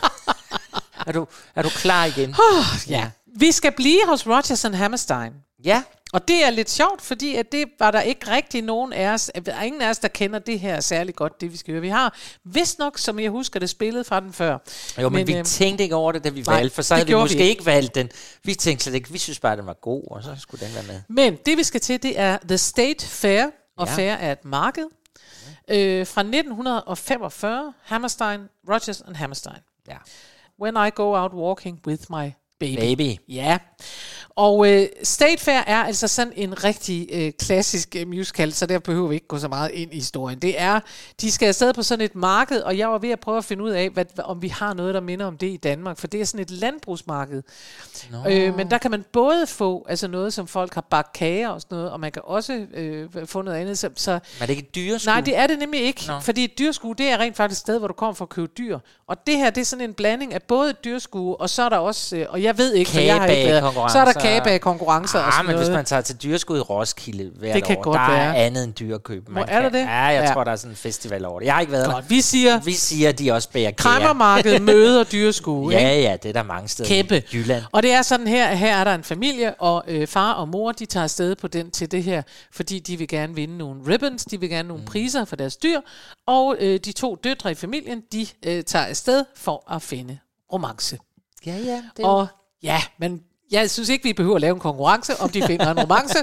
Er du klar igen? Ja. Vi skal blive hos Rodgers and Hammerstein. Ja. Og det er lidt sjovt, fordi at det var der ikke rigtig nogen af os, ingen af os, der kender det her særlig godt, det vi skal høre. Vi har vist nok, som jeg husker det, spillet fra den før. Jo, men vi tænkte ikke over det, da vi valgte, for så havde vi måske ikke valgt den. Vi tænkte slet ikke, vi synes bare, den var god, og så skulle den være med. Men det vi skal til, det er The State Fair, og Fair er et marked, fra 1945, Hammerstein, Rodgers and Hammerstein. Ja. When I Go Out Walking With My Baby. Ja. Og State Fair er altså sådan en rigtig klassisk musical, så der behøver vi ikke gå så meget ind i historien. Det er, de skal afsted på sådan et marked, og jeg var ved at prøve at finde ud af, om vi har noget, der minder om det i Danmark, for det er sådan et landbrugsmarked. Men der kan man både få altså noget, som folk har bagt kager og sådan noget, og man kan også få noget andet. Så men er det ikke et dyreskue? Nej, det er det nemlig ikke, fordi et dyreskue, det er rent faktisk et sted, hvor du kommer for at købe dyr. Og det her, det er sådan en blanding af både et dyreskue, og så er der også, og jeg ved ikke, for jeg har ikke været, så er der kagebagekonkurrencer og sådan men noget. Hvis man tager til dyrskud i Roskilde hvert det kan år, godt der være. er andet end dyrekøb. Er der det? Ja, jeg tror, der er sådan en festival over det. Jeg har ikke været godt, der. Vi siger, de også bager kager. Kræmmermarked møder dyreskue. Ja, det er der mange steder. Kæmpe. I Jylland. Og det er sådan her er der en familie, og far og mor, de tager afsted på til det her, fordi de vil gerne vinde nogle ribbons, de vil gerne nogle priser for deres dyr, og de 2 døtre i familien, de tager afsted for at finde romance. Ja. Og men jeg synes ikke, vi behøver at lave en konkurrence, om de finder en romance.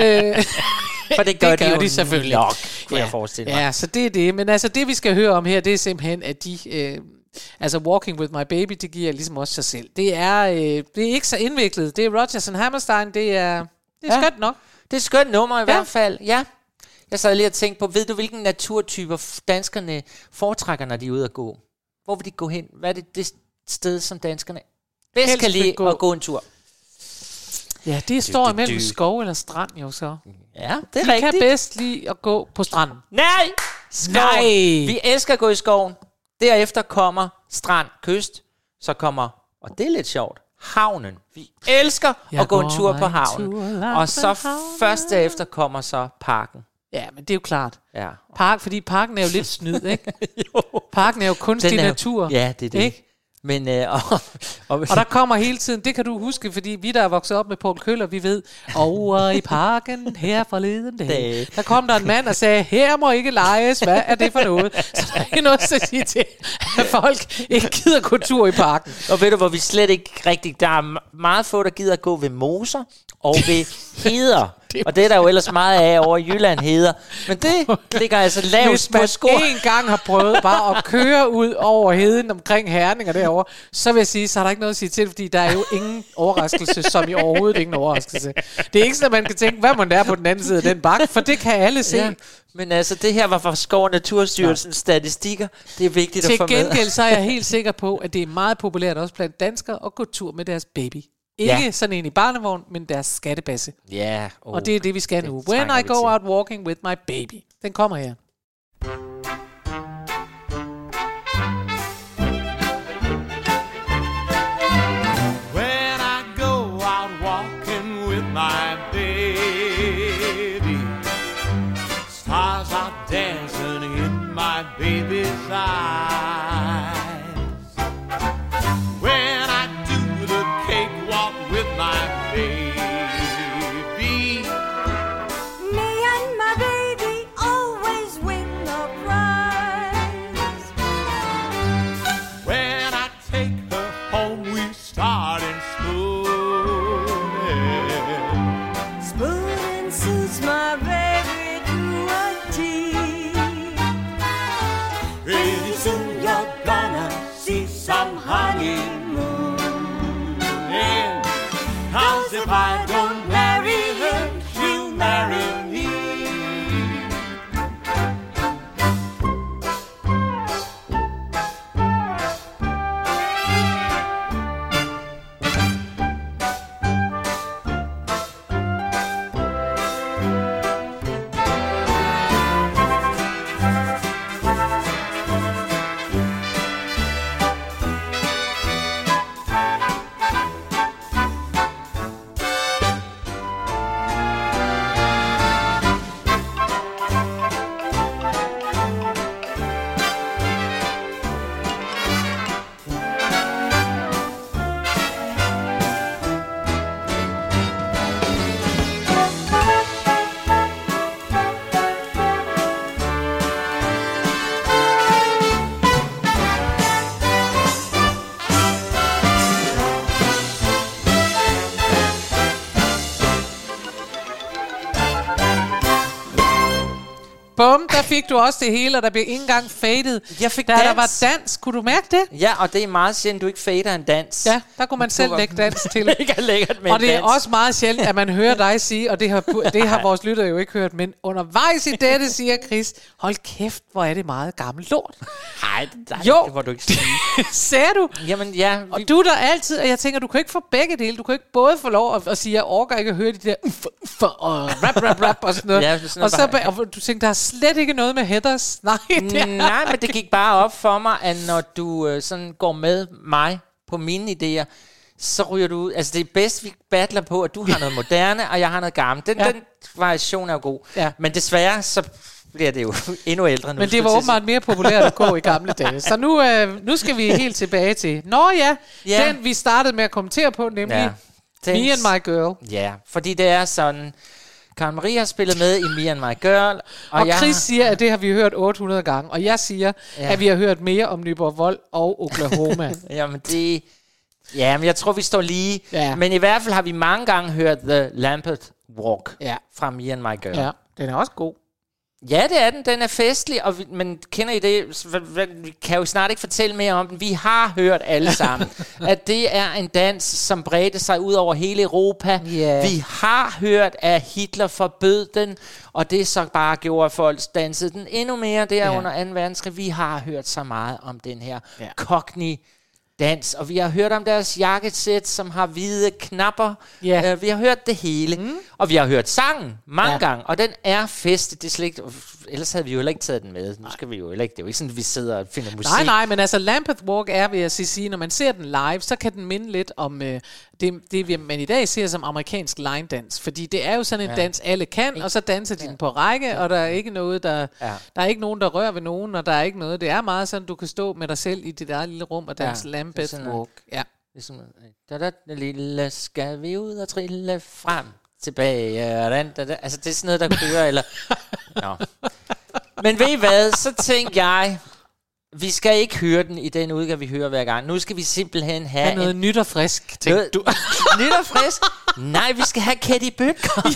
For det gør de selvfølgelig nok, kunne jeg forestille mig. Ja, så det er det. Men altså det, vi skal høre om her, det er simpelthen, at de... altså Walking With My Baby, det giver ligesom også sig selv. Det er ikke så indviklet. Det er Rodgers and Hammerstein, det er skønt nok. Det er et skønt nummer i hvert fald, ja. Jeg sad lige og tænkte på, ved du, hvilken naturtyper danskerne foretrækker, når de er ude at gå? Hvor vil de gå hen? Hvad er det sted, som danskerne bedst kan lide at gå en tur? Ja, det står imellem skov eller strand jo så. Ja, det er de rigtigt. kan bedst lide at gå på stranden. Nej! Nej! Vi elsker at gå i skoven. Derefter kommer strand, kyst. Så kommer, og det er lidt sjovt, havnen. Vi elsker at gå en tur på havnen. Og så først derefter kommer så parken. Ja, men det er jo klart. Ja. Fordi parken er jo lidt snyd, ikke? Jo. Parken er jo kunstig natur. Ja, det er det. Ikke? Men, og der kommer hele tiden, det kan du huske, fordi vi der er vokset op med Poul Køller, vi ved, over i parken her forleden dag, der kom der en mand og sagde, her må ikke leges, hvad er det for noget? Så der er ikke noget at sige til, at folk ikke gider gå tur i parken. Og ved du, hvor vi slet ikke rigtig, der er meget få, der gider at gå ved moser og ved heder. Og det er der jo ellers meget af over i Jylland, heder. Men det ligger altså lavt på skor. Hvis man en gang har prøvet bare at køre ud over heden omkring Herning og derovre, så vil jeg sige, så er der ikke noget at sige til, fordi der er jo ingen overraskelse, som i overhovedet ingen overraskelse. Det er ikke sådan, at man kan tænke, hvad man er på den anden side af den bakke, for det kan alle se. Ja. Men altså, det her var fra Skov- og Naturstyrelsens statistikker. Det er vigtigt at få med. Til gengæld så er jeg helt sikker på, at det er meget populært også blandt danskere at gå tur med deres baby. Ikke sådan en i barnevogn, men deres skattebasse. Ja. Og det er det, vi skal nu. When I go out walking with my baby. Den kommer her. When I go out walking with my baby, stars are dancing in my baby's eyes. When I do the cakewalk with my baby, me and my baby always win the prize. When I take her home, we start in spooning. Spooning suits my baby to a T. Pretty soon you're gonna see some honeymoon. 'Cause if I don't marry her, she'll marry me. Bum, der fik du også det hele, og der blev ikke engang fadet. Jeg fik der var dans. Kunne du mærke det? Ja, og det er meget sjældent, du ikke fader en dans. Ja, der kunne man selv lægge dans til. Mega lækkert med og det er dans. også meget sjældent, at man hører dig sige, og det har vores lyttere jo ikke hørt, men undervejs i dette siger Chris, hold kæft, hvor er det meget gammel lort. Nej, det må du ikke sige. Sagde du? Jamen ja. Og du er der altid, og jeg tænker, du kan ikke få begge dele. Du kan ikke både få lov at sige, jeg orker ikke at høre de der og rap og sådan noget. Ja, og så og du tænker, der er slet ikke noget med headers. Nej, nej, men det gik bare op for mig, at når du sådan går med mig på mine idéer, så ryger du ud. Altså det er bedst, vi battler på, at du har noget moderne, og jeg har noget gammelt. Den variation er jo god. Ja. Men desværre, så bliver det jo endnu ældre nu. Men det var åbenbart mere populært at gå i gamle dage. Så nu skal vi helt tilbage til, den vi startede med at kommentere på, nemlig Me and My Girl. Ja, fordi det er sådan, Karen Marie har spillet med i Me and My Girl. Og Chris siger, at det har vi hørt 800 gange. Og jeg siger, at vi har hørt mere om Nyborg Vold og Oklahoma. Jamen men jeg tror, vi står lige. Ja. Men i hvert fald har vi mange gange hørt The Lambeth Walk fra Me and My Girl. Ja, den er også god. Ja, det er den. Den er festlig, men kender I det? Vi kan jo snart ikke fortælle mere om den. Vi har hørt alle sammen, at det er en dans, som bredte sig ud over hele Europa. Yeah. Vi har hørt, at Hitler forbød den, og det så bare gjorde, at folk dansede den endnu mere der under 2. verdenskrig. Vi har hørt så meget om den her Cockney dans, og vi har hørt om deres jakkesæt, som har hvide knapper. Vi har hørt det hele. Og vi har hørt sangen mange gange, og den er fest. Det er slet ikke, ellers havde vi jo heller ikke taget den med. Nu skal vi jo heller ikke. Det er jo ikke sådan, at vi sidder og finder musik. Nej, men altså Lambeth Walk er, vil jeg sige, når man ser den live, så kan den minde lidt om det man i dag ser som amerikansk line dance. Fordi det er jo sådan en dans, alle kan, og så danser de den på række, og der er ikke noget, der er ikke nogen, der rører ved nogen, og der er ikke noget. Det er meget sådan, du kan stå med dig selv i dit eget lille rum og danse Lambeth Lambeth Walk. Ja. Ligesom, lille skal vi ud og trille frem, tilbage, og altså det er sådan noget, der kører, eller... Nå. Men ved I hvad, så tænkte jeg, vi skal ikke høre den i den udgave, vi hører hver gang. Nu skal vi simpelthen have noget nyt og frisk, tænkte du. Nyt og frisk? Nej, vi skal have Katie Bødker.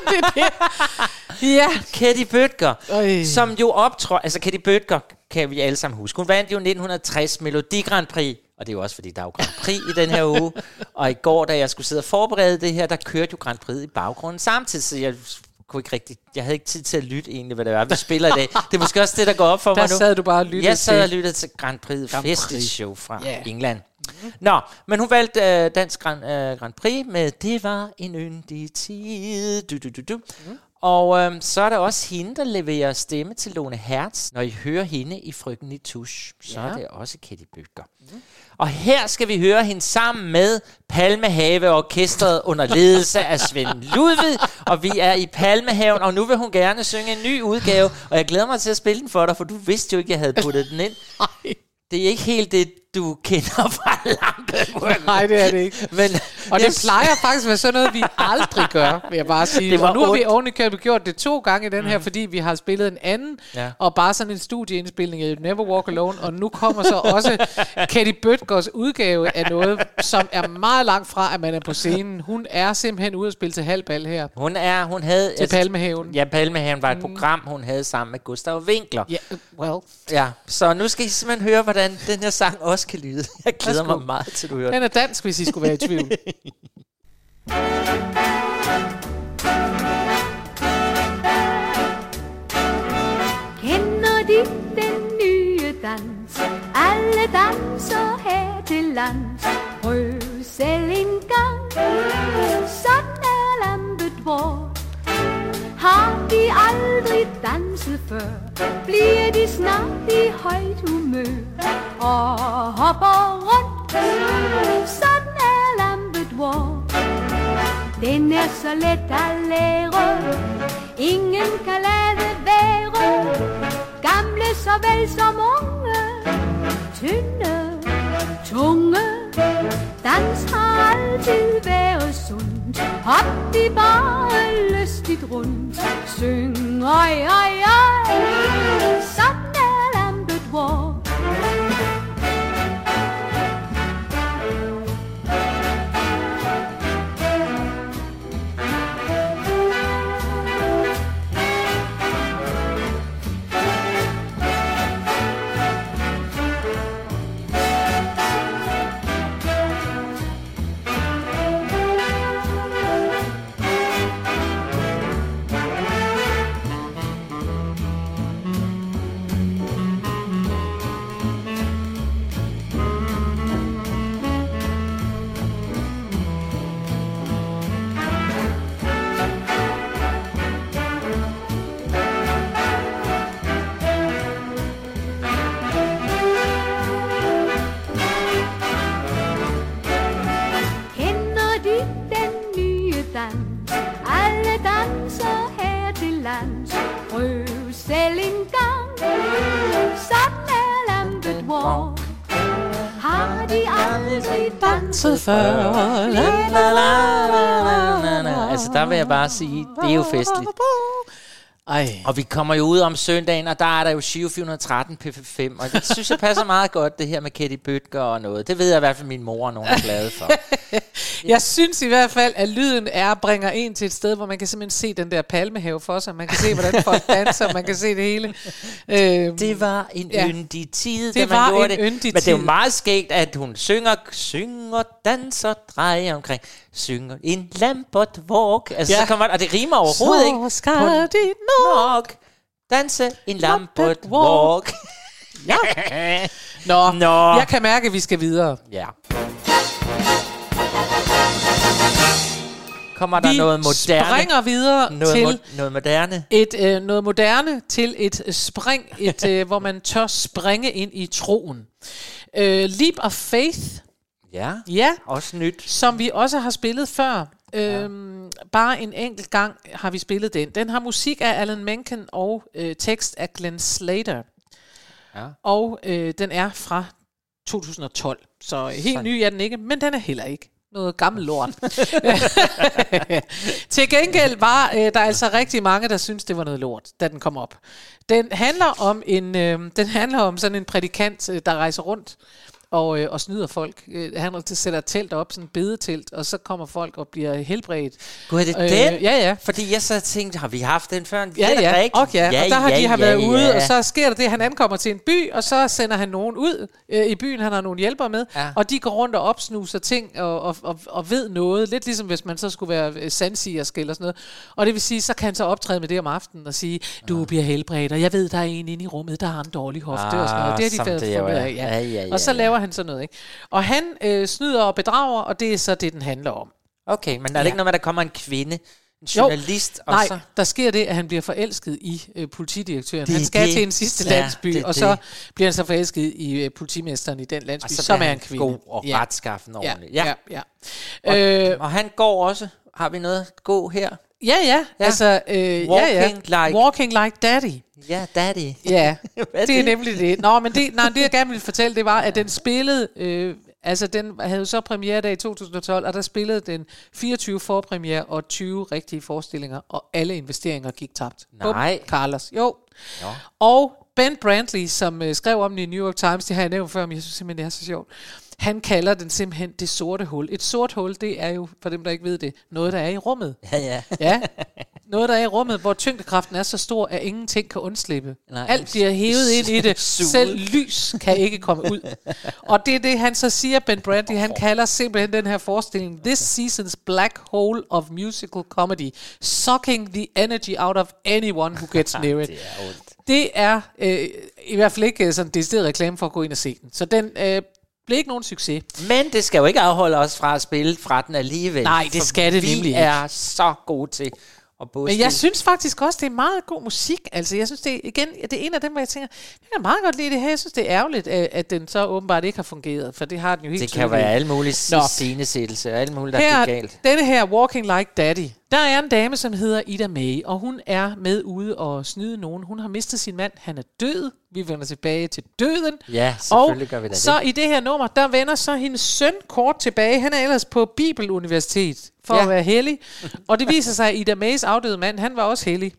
Ja, Katie Bødker, som jo optrådte... Altså, Katie Bødker kan vi alle sammen huske. Hun vandt jo 1960 Melodi Grand Prix, og det er jo også, fordi der er jo Grand Prix i den her uge. Og i går, da jeg skulle sidde og forberede det her, der kørte jo Grand Prix i baggrunden samtidig, så jeg havde ikke tid til at lytte egentlig, hvad det var, vi spiller i dag. Det er måske også det, der går op for mig nu. Der sad du bare og lyttede til. Jeg sad og lyttede til Grand Prix Festivalshow fra England. Nå, men hun valgte Dansk Grand Prix med Det var en yndig tid. Og så er der også hende, der leverer stemme til Lone Hertz. Når I hører hende i Frøken i Tusch, så er det også Katie Bødker. Og her skal vi høre hende sammen med Palmehave Orkestret under ledelse af Svend Ludvig. Og vi er i Palmehaven, og nu vil hun gerne synge en ny udgave. Og jeg glæder mig til at spille den for dig, for du vidste jo ikke, jeg havde puttet den ind. Det er ikke helt det, du kender fra Lampe. Nej, det er det ikke. Men og det plejer faktisk at være sådan noget, vi aldrig gør, vil jeg bare sige. Og nu har vi ovenikøbet gjort det 2 gange i den her, fordi vi har spillet en anden, og bare sådan en studieindspilning af Never Walk Alone, og nu kommer så også Katie Bødkers udgave af noget, som er meget langt fra, at man er på scenen. Hun er simpelthen ude at spille til halvbal her. Hun havde... Til Palmehaven. Ja, Palmehaven var et program, hun havde sammen med Gustav Winkler. Ja, så nu skal I simpelthen høre, hvordan den her sang også kan lyde. Jeg glæder mig meget til, du hører den. Den er dansk, hvis I skulle være i tvivl. Kender de den nye dans? Alle danser her til lands. Prøv selv en gang. Sådan er Lambeth Walk. Har de aldrig danset før, bliver de snart i højt humør og hopper rundt. Sådan er Lambeth Walk. Den er så let at lære, ingen kan lade være. Gamle såvel som unge, tynde, tunge. Dans har altid været sundt. Hop de bare lystigt rundt. Syng, oj, oj, oj. Sådan er Lambeth Walk. Altså der vil jeg bare sige, det er jo festligt. Ej. Og vi kommer jo ud om søndagen, og der er der jo Giro 413 PP5, og det synes jeg passer meget godt, det her med Katie Bødker og noget. Det ved jeg i hvert fald, min mor og nogen er glade for. Jeg synes i hvert fald, at lyden bringer en til et sted, hvor man kan simpelthen se den der palmehave for sig. Man kan se, hvordan folk danser, man kan se det hele. Det var en yndig tid, det var en yndig tid. Men det er jo meget skægt, at hun synger, danser, drejer omkring. Synger en Lambeth Walk. Altså, så kommer, og det rimer overhovedet ikke. Så skal de nok danse en Lambeth Walk. Ja. Nå, jeg kan mærke, at vi skal videre. Ja. Kommer der noget moderne? Vi springer videre til noget moderne. Noget moderne til et spring, hvor man tør springe ind i troen. Leap of Faith. Ja, også nyt. Som vi også har spillet før. Bare en enkelt gang har vi spillet den. Den har musik af Alan Menken og tekst af Glenn Slater. Ja. Og den er fra 2012. Så helt ny er den ikke, men den er heller ikke noget gammel lort. Til gengæld var der altså rigtig mange, der synes det var noget lort, da den kom op. Den handler om sådan en prædikant, der rejser rundt og snyder folk. Han sætter et telt op, sådan et bedetelt, og så kommer folk og bliver helbredt. Gud, er det den? Ja. Fordi jeg så tænkte, har vi haft den før? Ja. Og der har de været ude, og så sker der det, han ankommer til en by, og så sender han nogen ud i byen, han har nogle hjælpere med, og de går rundt og opsnuser ting og ved noget, lidt ligesom hvis man så skulle være sandsigersk eller sådan noget. Og det vil sige, så kan han så optræde med det om aftenen og sige, du bliver helbredt, og jeg ved, der er en inde i rummet, der har en dårlig hofte og sådan noget. Det har de fået fundet af. Og så laver han sådan noget, ikke? Og han snyder og bedrager, og det er så det, den handler om. Okay, men der er ikke noget med, der kommer en kvinde, en journalist, og nej, så... der sker det, at han bliver forelsket i politidirektøren. Han skal til en sidste landsby, og så bliver han så forelsket i politimesteren i den landsby, som er en kvinde. God og retskaffen ordentligt. Ja. Og han går også. Har vi noget gå her? Ja. Altså, Walking Like Daddy. Ja, Daddy. Ja, det er nemlig det. Nå, men det jeg gerne ville fortælle, det var, at den spillede... den havde jo så premiere i 2012, og der spillede den 24 forpremiere og 20 rigtige forestillinger, og alle investeringer gik tabt. Nej. Carlos. Jo. Og Ben Brantley, som skrev om det i New York Times, det har jeg nævnt før, men jeg synes simpelthen, det er så sjovt. Han kalder den simpelthen det sorte hul. Et sort hul, det er jo, for dem der ikke ved det, noget der er i rummet. Ja. Noget der er i rummet, hvor tyngdekraften er så stor, at ingenting kan undslippe. Alt bliver hævet ind i det. Selv lys kan ikke komme ud. Og det er det, han så siger, Ben Brantley. Han kalder simpelthen den her forestilling This Season's Black Hole of Musical Comedy, Sucking the Energy Out of Anyone Who Gets Near It. Det er i hvert fald ikke sådan en decideret reklame for at gå ind og se den. Så den... blev ikke nogen succes. Men det skal jo ikke afholde os fra at spille fra den alligevel. Nej, det skal det nemlig ikke. Vi er så gode til at både Men jeg synes faktisk også, det er meget god musik. Altså, jeg synes, det er en af dem, hvor jeg tænker, jeg kan meget godt lide det her. Jeg synes, det er ærgerligt, at den så åbenbart ikke har fungeret, for det har den jo helt tydeligt. Det kan være alle mulige scenesættelse og alle mulige, der gik galt. Denne her Walking Like Daddy, der er en dame, som hedder Ida May, og hun er med ude og snyde nogen. Hun har mistet sin mand, han er død. Vi vender tilbage til døden. Ja, selvfølgelig gør vi det. Så i det her nummer, der vender så hendes søn kort tilbage. Han er ellers på Bibeluniversitet for at være hellig. Og det viser sig, at Ida Mays afdøde mand, han var også hellig.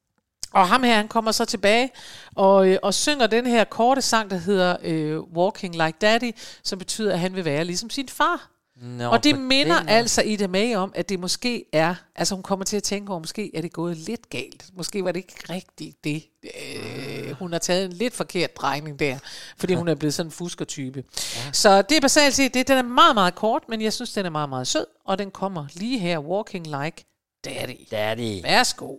Og ham her, han kommer så tilbage og synger den her korte sang, der hedder Walking Like Daddy, som betyder, at han vil være ligesom sin far. Og det minder altså Ida May om, at det måske er, altså hun kommer til at tænke over, måske er det gået lidt galt. Måske var det ikke rigtigt det. Hun har taget en lidt forkert drejning der, fordi hun er blevet sådan en fuskertype. Så det er basalt set det. Den er meget, meget kort, men jeg synes, den er meget, meget sød, og den kommer lige her, Walking Like Daddy. Værsgo.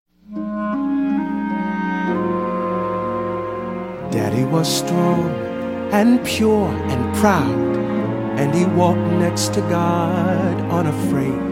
Daddy was strong and pure and proud, and he walked next to God unafraid.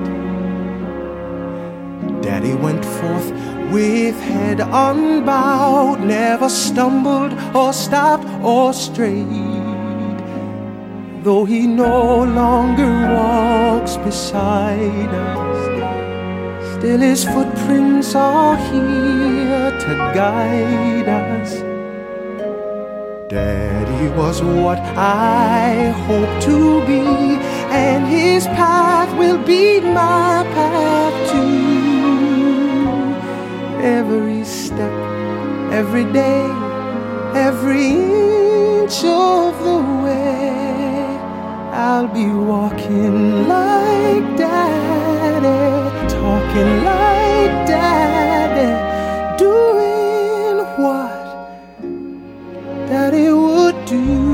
Daddy went forth with head unbowed, never stumbled or stopped or strayed. Though he no longer walks beside us, still his footprints are here to guide us. Daddy was what I hope to be, and his path will be my path too. Every step, every day, every inch of the way, I'll be walking like Daddy, talking like Daddy, doing what Daddy would do.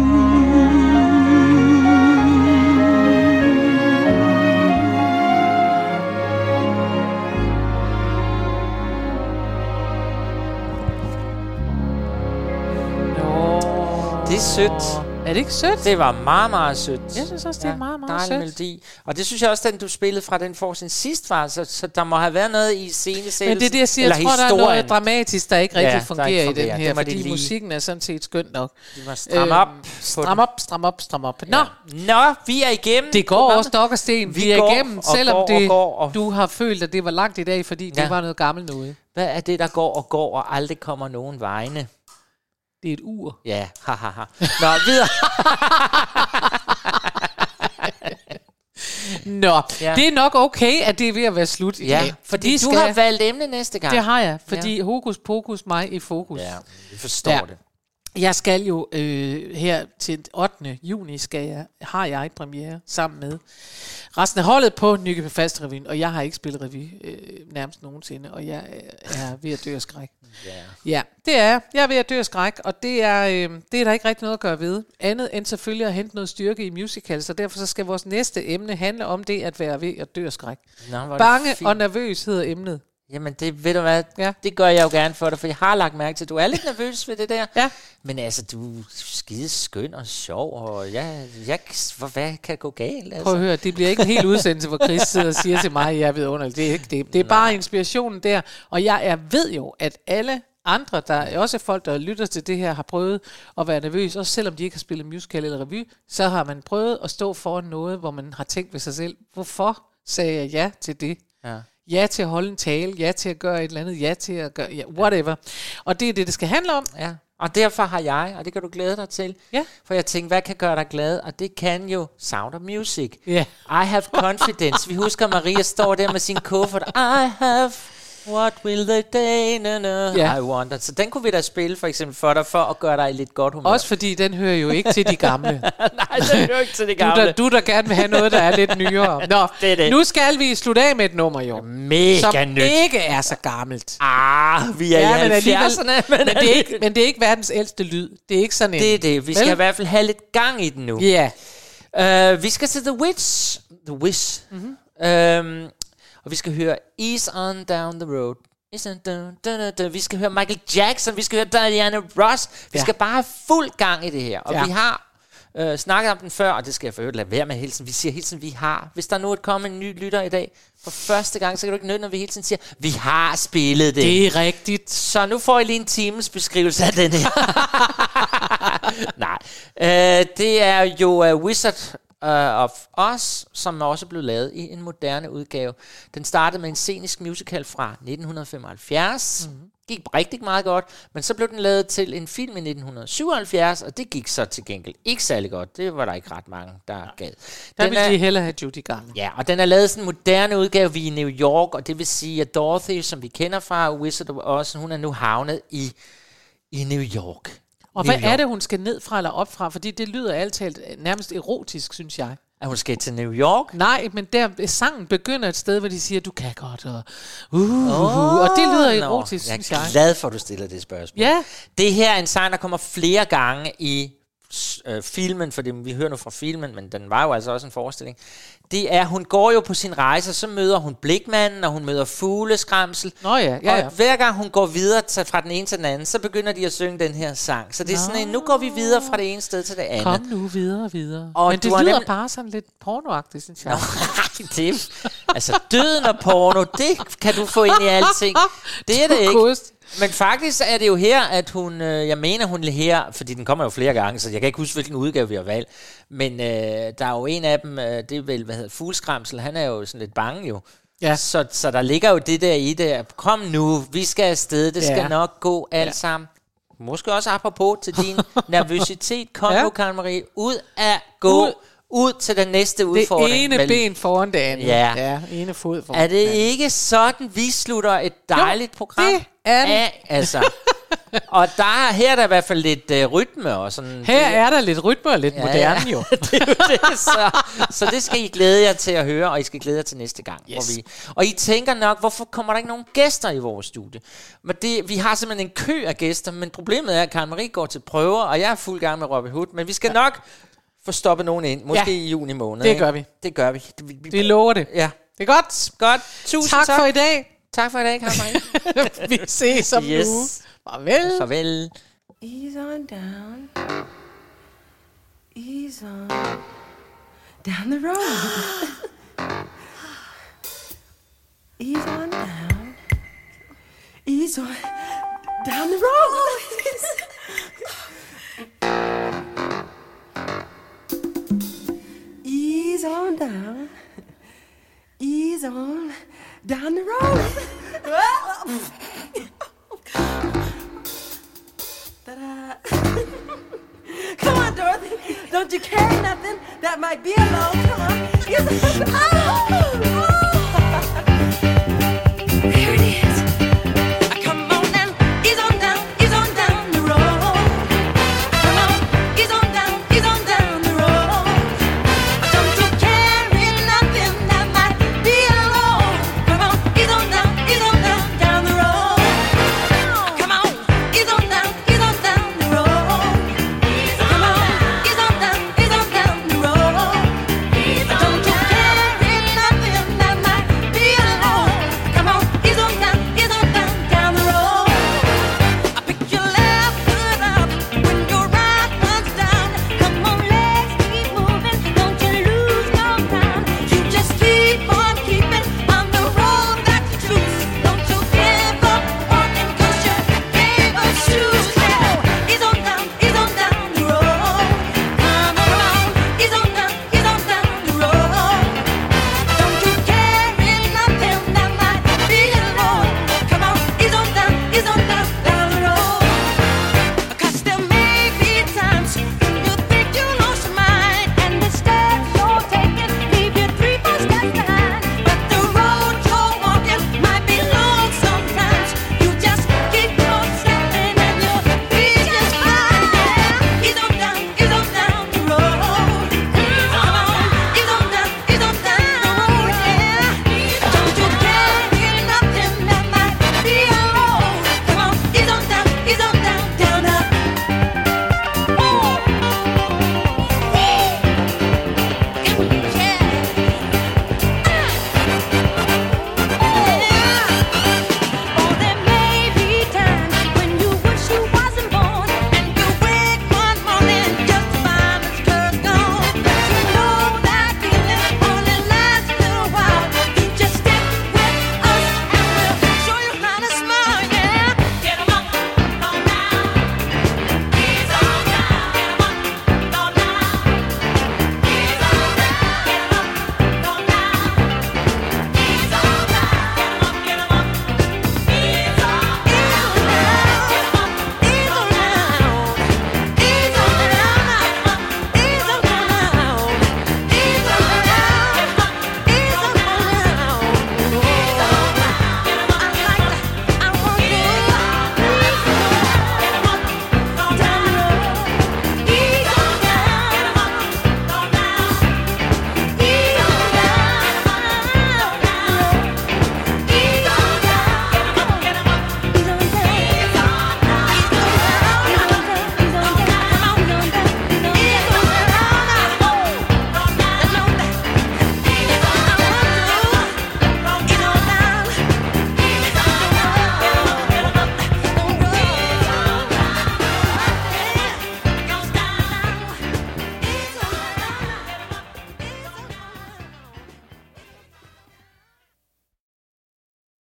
Det er sødt. Er det ikke sødt? Det var meget, meget sødt. Jeg synes også, det er meget, meget sødt. Melodi. Og det synes jeg også, den du spillede fra den for sin sidst var. Så der må have været noget i scenesættelsen. Men det er det, jeg siger. Jeg tror, historien. der er noget dramatisk, der ikke rigtig fungerer i den her. Fordi lige... musikken er sådan set skøn nok. Det var Stram op. Nå, vi er igennem. Det går også nok og sten. Vi er igennem, selvom du har følt, at det var langt i dag, fordi det var noget gammelt noget. Hvad er det, der går og aldrig kommer nogen vegne? Det er et ur. Ja, hahaha. Nå, videre. Nå, det er nok okay, at det er ved at være slut i dag. Fordi du har valgt emne næste gang. Det har jeg, fordi hokus pokus mig i fokus. Ja, vi forstår det. Jeg skal jo her til 8. juni har jeg premiere sammen med resten af holdet på Nykøbing Falster Revyen, og jeg har ikke spillet revy nærmest nogensinde, og jeg er ved at dø af skræk. Ja, det er jeg. Jeg er ved at dø af skræk, og det er der ikke rigtig noget at gøre ved. Andet end selvfølgelig at hente noget styrke i musicals, så derfor så skal vores næste emne handle om det at være ved at dø af skræk. Bange og nervøs hedder emnet. Jamen, det ved du hvad, det gør jeg jo gerne for dig, for jeg har lagt mærke til, at du er lidt nervøs ved det der. Ja. Men altså, du er skide skøn og sjov, og hvad kan gå galt? Altså? Prøv at høre, det bliver ikke en hel udsendelse, hvor Chris sidder og siger til mig, jeg er vidunderlig. Det er ikke det. Det er bare inspirationen der, og jeg ved jo, at alle andre, der er også folk, der lytter til det her, har prøvet at være nervøs, også selvom de ikke har spillet musical eller revy, så har man prøvet at stå foran noget, hvor man har tænkt ved sig selv, hvorfor sagde jeg ja til det? Ja. Ja til at holde en tale, ja til at gøre et eller andet, ja til at gøre, whatever. Og det er det skal handle om. Ja. Og derfor har jeg, og det kan du glæde dig til, for jeg tænkte, hvad kan gøre dig glad? Og det kan jo Sound of Music. Yeah. I have confidence. Vi husker, Maria står der med sin kuffert. I have... What will the day I wonder. Så den kunne vi da spille for eksempel for dig, for at gøre dig i lidt godt humør. Også fordi den hører jo ikke til de gamle. Nej, den hører ikke til de gamle. Du der gerne vil have noget, der er lidt nyere. Nå, det. Nu skal vi slutte af med et nummer, jo. Mega som nyt. Ikke er så gammelt. Vi er i 70'erne. Men det er ikke verdens ældste lyd. Det er ikke sådan en. Det er det. Vi skal i hvert fald have lidt gang i den nu. Ja. Vi skal til The Wish. Mm-hmm. Og vi skal høre Ease on Down the Road. Vi skal høre Michael Jackson. Vi skal høre Diana Ross. Vi skal bare have fuld gang i det her. Og vi har snakket om den før, og det skal jeg for øvrigt lade være med hele tiden. Vi siger hele tiden, vi har. Hvis der nu er kommet en ny lytter i dag for første gang, så kan du ikke nødt, når vi hele tiden siger, vi har spillet det. Det er rigtigt. Så nu får I lige en times beskrivelse af den her. Nej. Det er jo Wizard of Oz, som også blev lavet i en moderne udgave. Den startede med en scenisk musical fra 1975. Gik rigtig meget godt, men så blev den lavet til en film i 1977, og det gik så til gengæld ikke særlig godt. Det var der ikke ret mange, der gad. Der ville de hellere have Judy Garland. Ja, og den er lavet sådan en moderne udgave, vi er i New York, og det vil sige, at Dorothy, som vi kender fra Wizard of Oz, hun er nu havnet i New York. Og hvad er det, hun skal ned fra eller op fra? Fordi det lyder altid nærmest erotisk, synes jeg. At hun skal til New York? Nej, men der sangen begynder et sted, hvor de siger, du kan godt, og og det lyder erotisk, synes jeg. Jeg er glad for, at du stiller det spørgsmål. Ja. Det her er en sang, der kommer flere gange i filmen, for vi hører nu fra filmen, men den var jo altså også en forestilling. Det er, hun går jo på sin rejse, så møder hun Blikmanden, og hun møder fugleskramsel. Nå ja. Og hver gang hun går videre fra den ene til den anden, så begynder de at synge den her sang. Så det er sådan en, nu går vi videre fra det ene sted til det andet. Kom nu videre. Og men det lyder bare sådan lidt pornoagtigt, synes jeg. Altså døden og porno, det kan du få ind i alting. Det er det ikke. Men faktisk er det jo her, at hun, jeg mener hun her, fordi den kommer jo flere gange, så jeg kan ikke huske, hvilken udgave vi har valgt. Men der er jo en af dem, det er vel, fugleskramsel, han er jo sådan lidt bange jo. Ja. Så der ligger jo det der i det. Kom nu, vi skal afsted, det skal nok gå alt sammen. Måske også apropos til din nervøsitet. Kom nu, Karen Marie, ud at gå. Ud til den næste udfordring. Det ene ben foran det andet. Ja, ene fod foran. Er det ikke sådan, vi slutter et dejligt program? Det er det. Altså. Og her er der i hvert fald lidt rytme og sådan. Her er der lidt rytme og lidt moderne jo. Det er jo det, så det skal I glæde jer til at høre, og I skal glæde jer til næste gang. Yes. Og I tænker nok, hvorfor kommer der ikke nogen gæster i vores studie? Men vi har simpelthen en kø af gæster, men problemet er, at Karen Marie går til prøver, og jeg er fuld gang med Robin Hood, men vi skal nok få stoppet nogen ind, måske i juni måned. Det gør vi. Det gør vi. Vi lover det. Ja. Det er godt. Godt. Tusind tak for i dag. Tak for i dag, Karen Marie. Vi ses om nu. Farvel. Farvel. Ease on down. Ease on down the road. Ease on down. Ease on down the road. Ease on down. Ease on down the road. Ta-da. Don't you carry nothing that might be alone? Come on. Yes. Oh!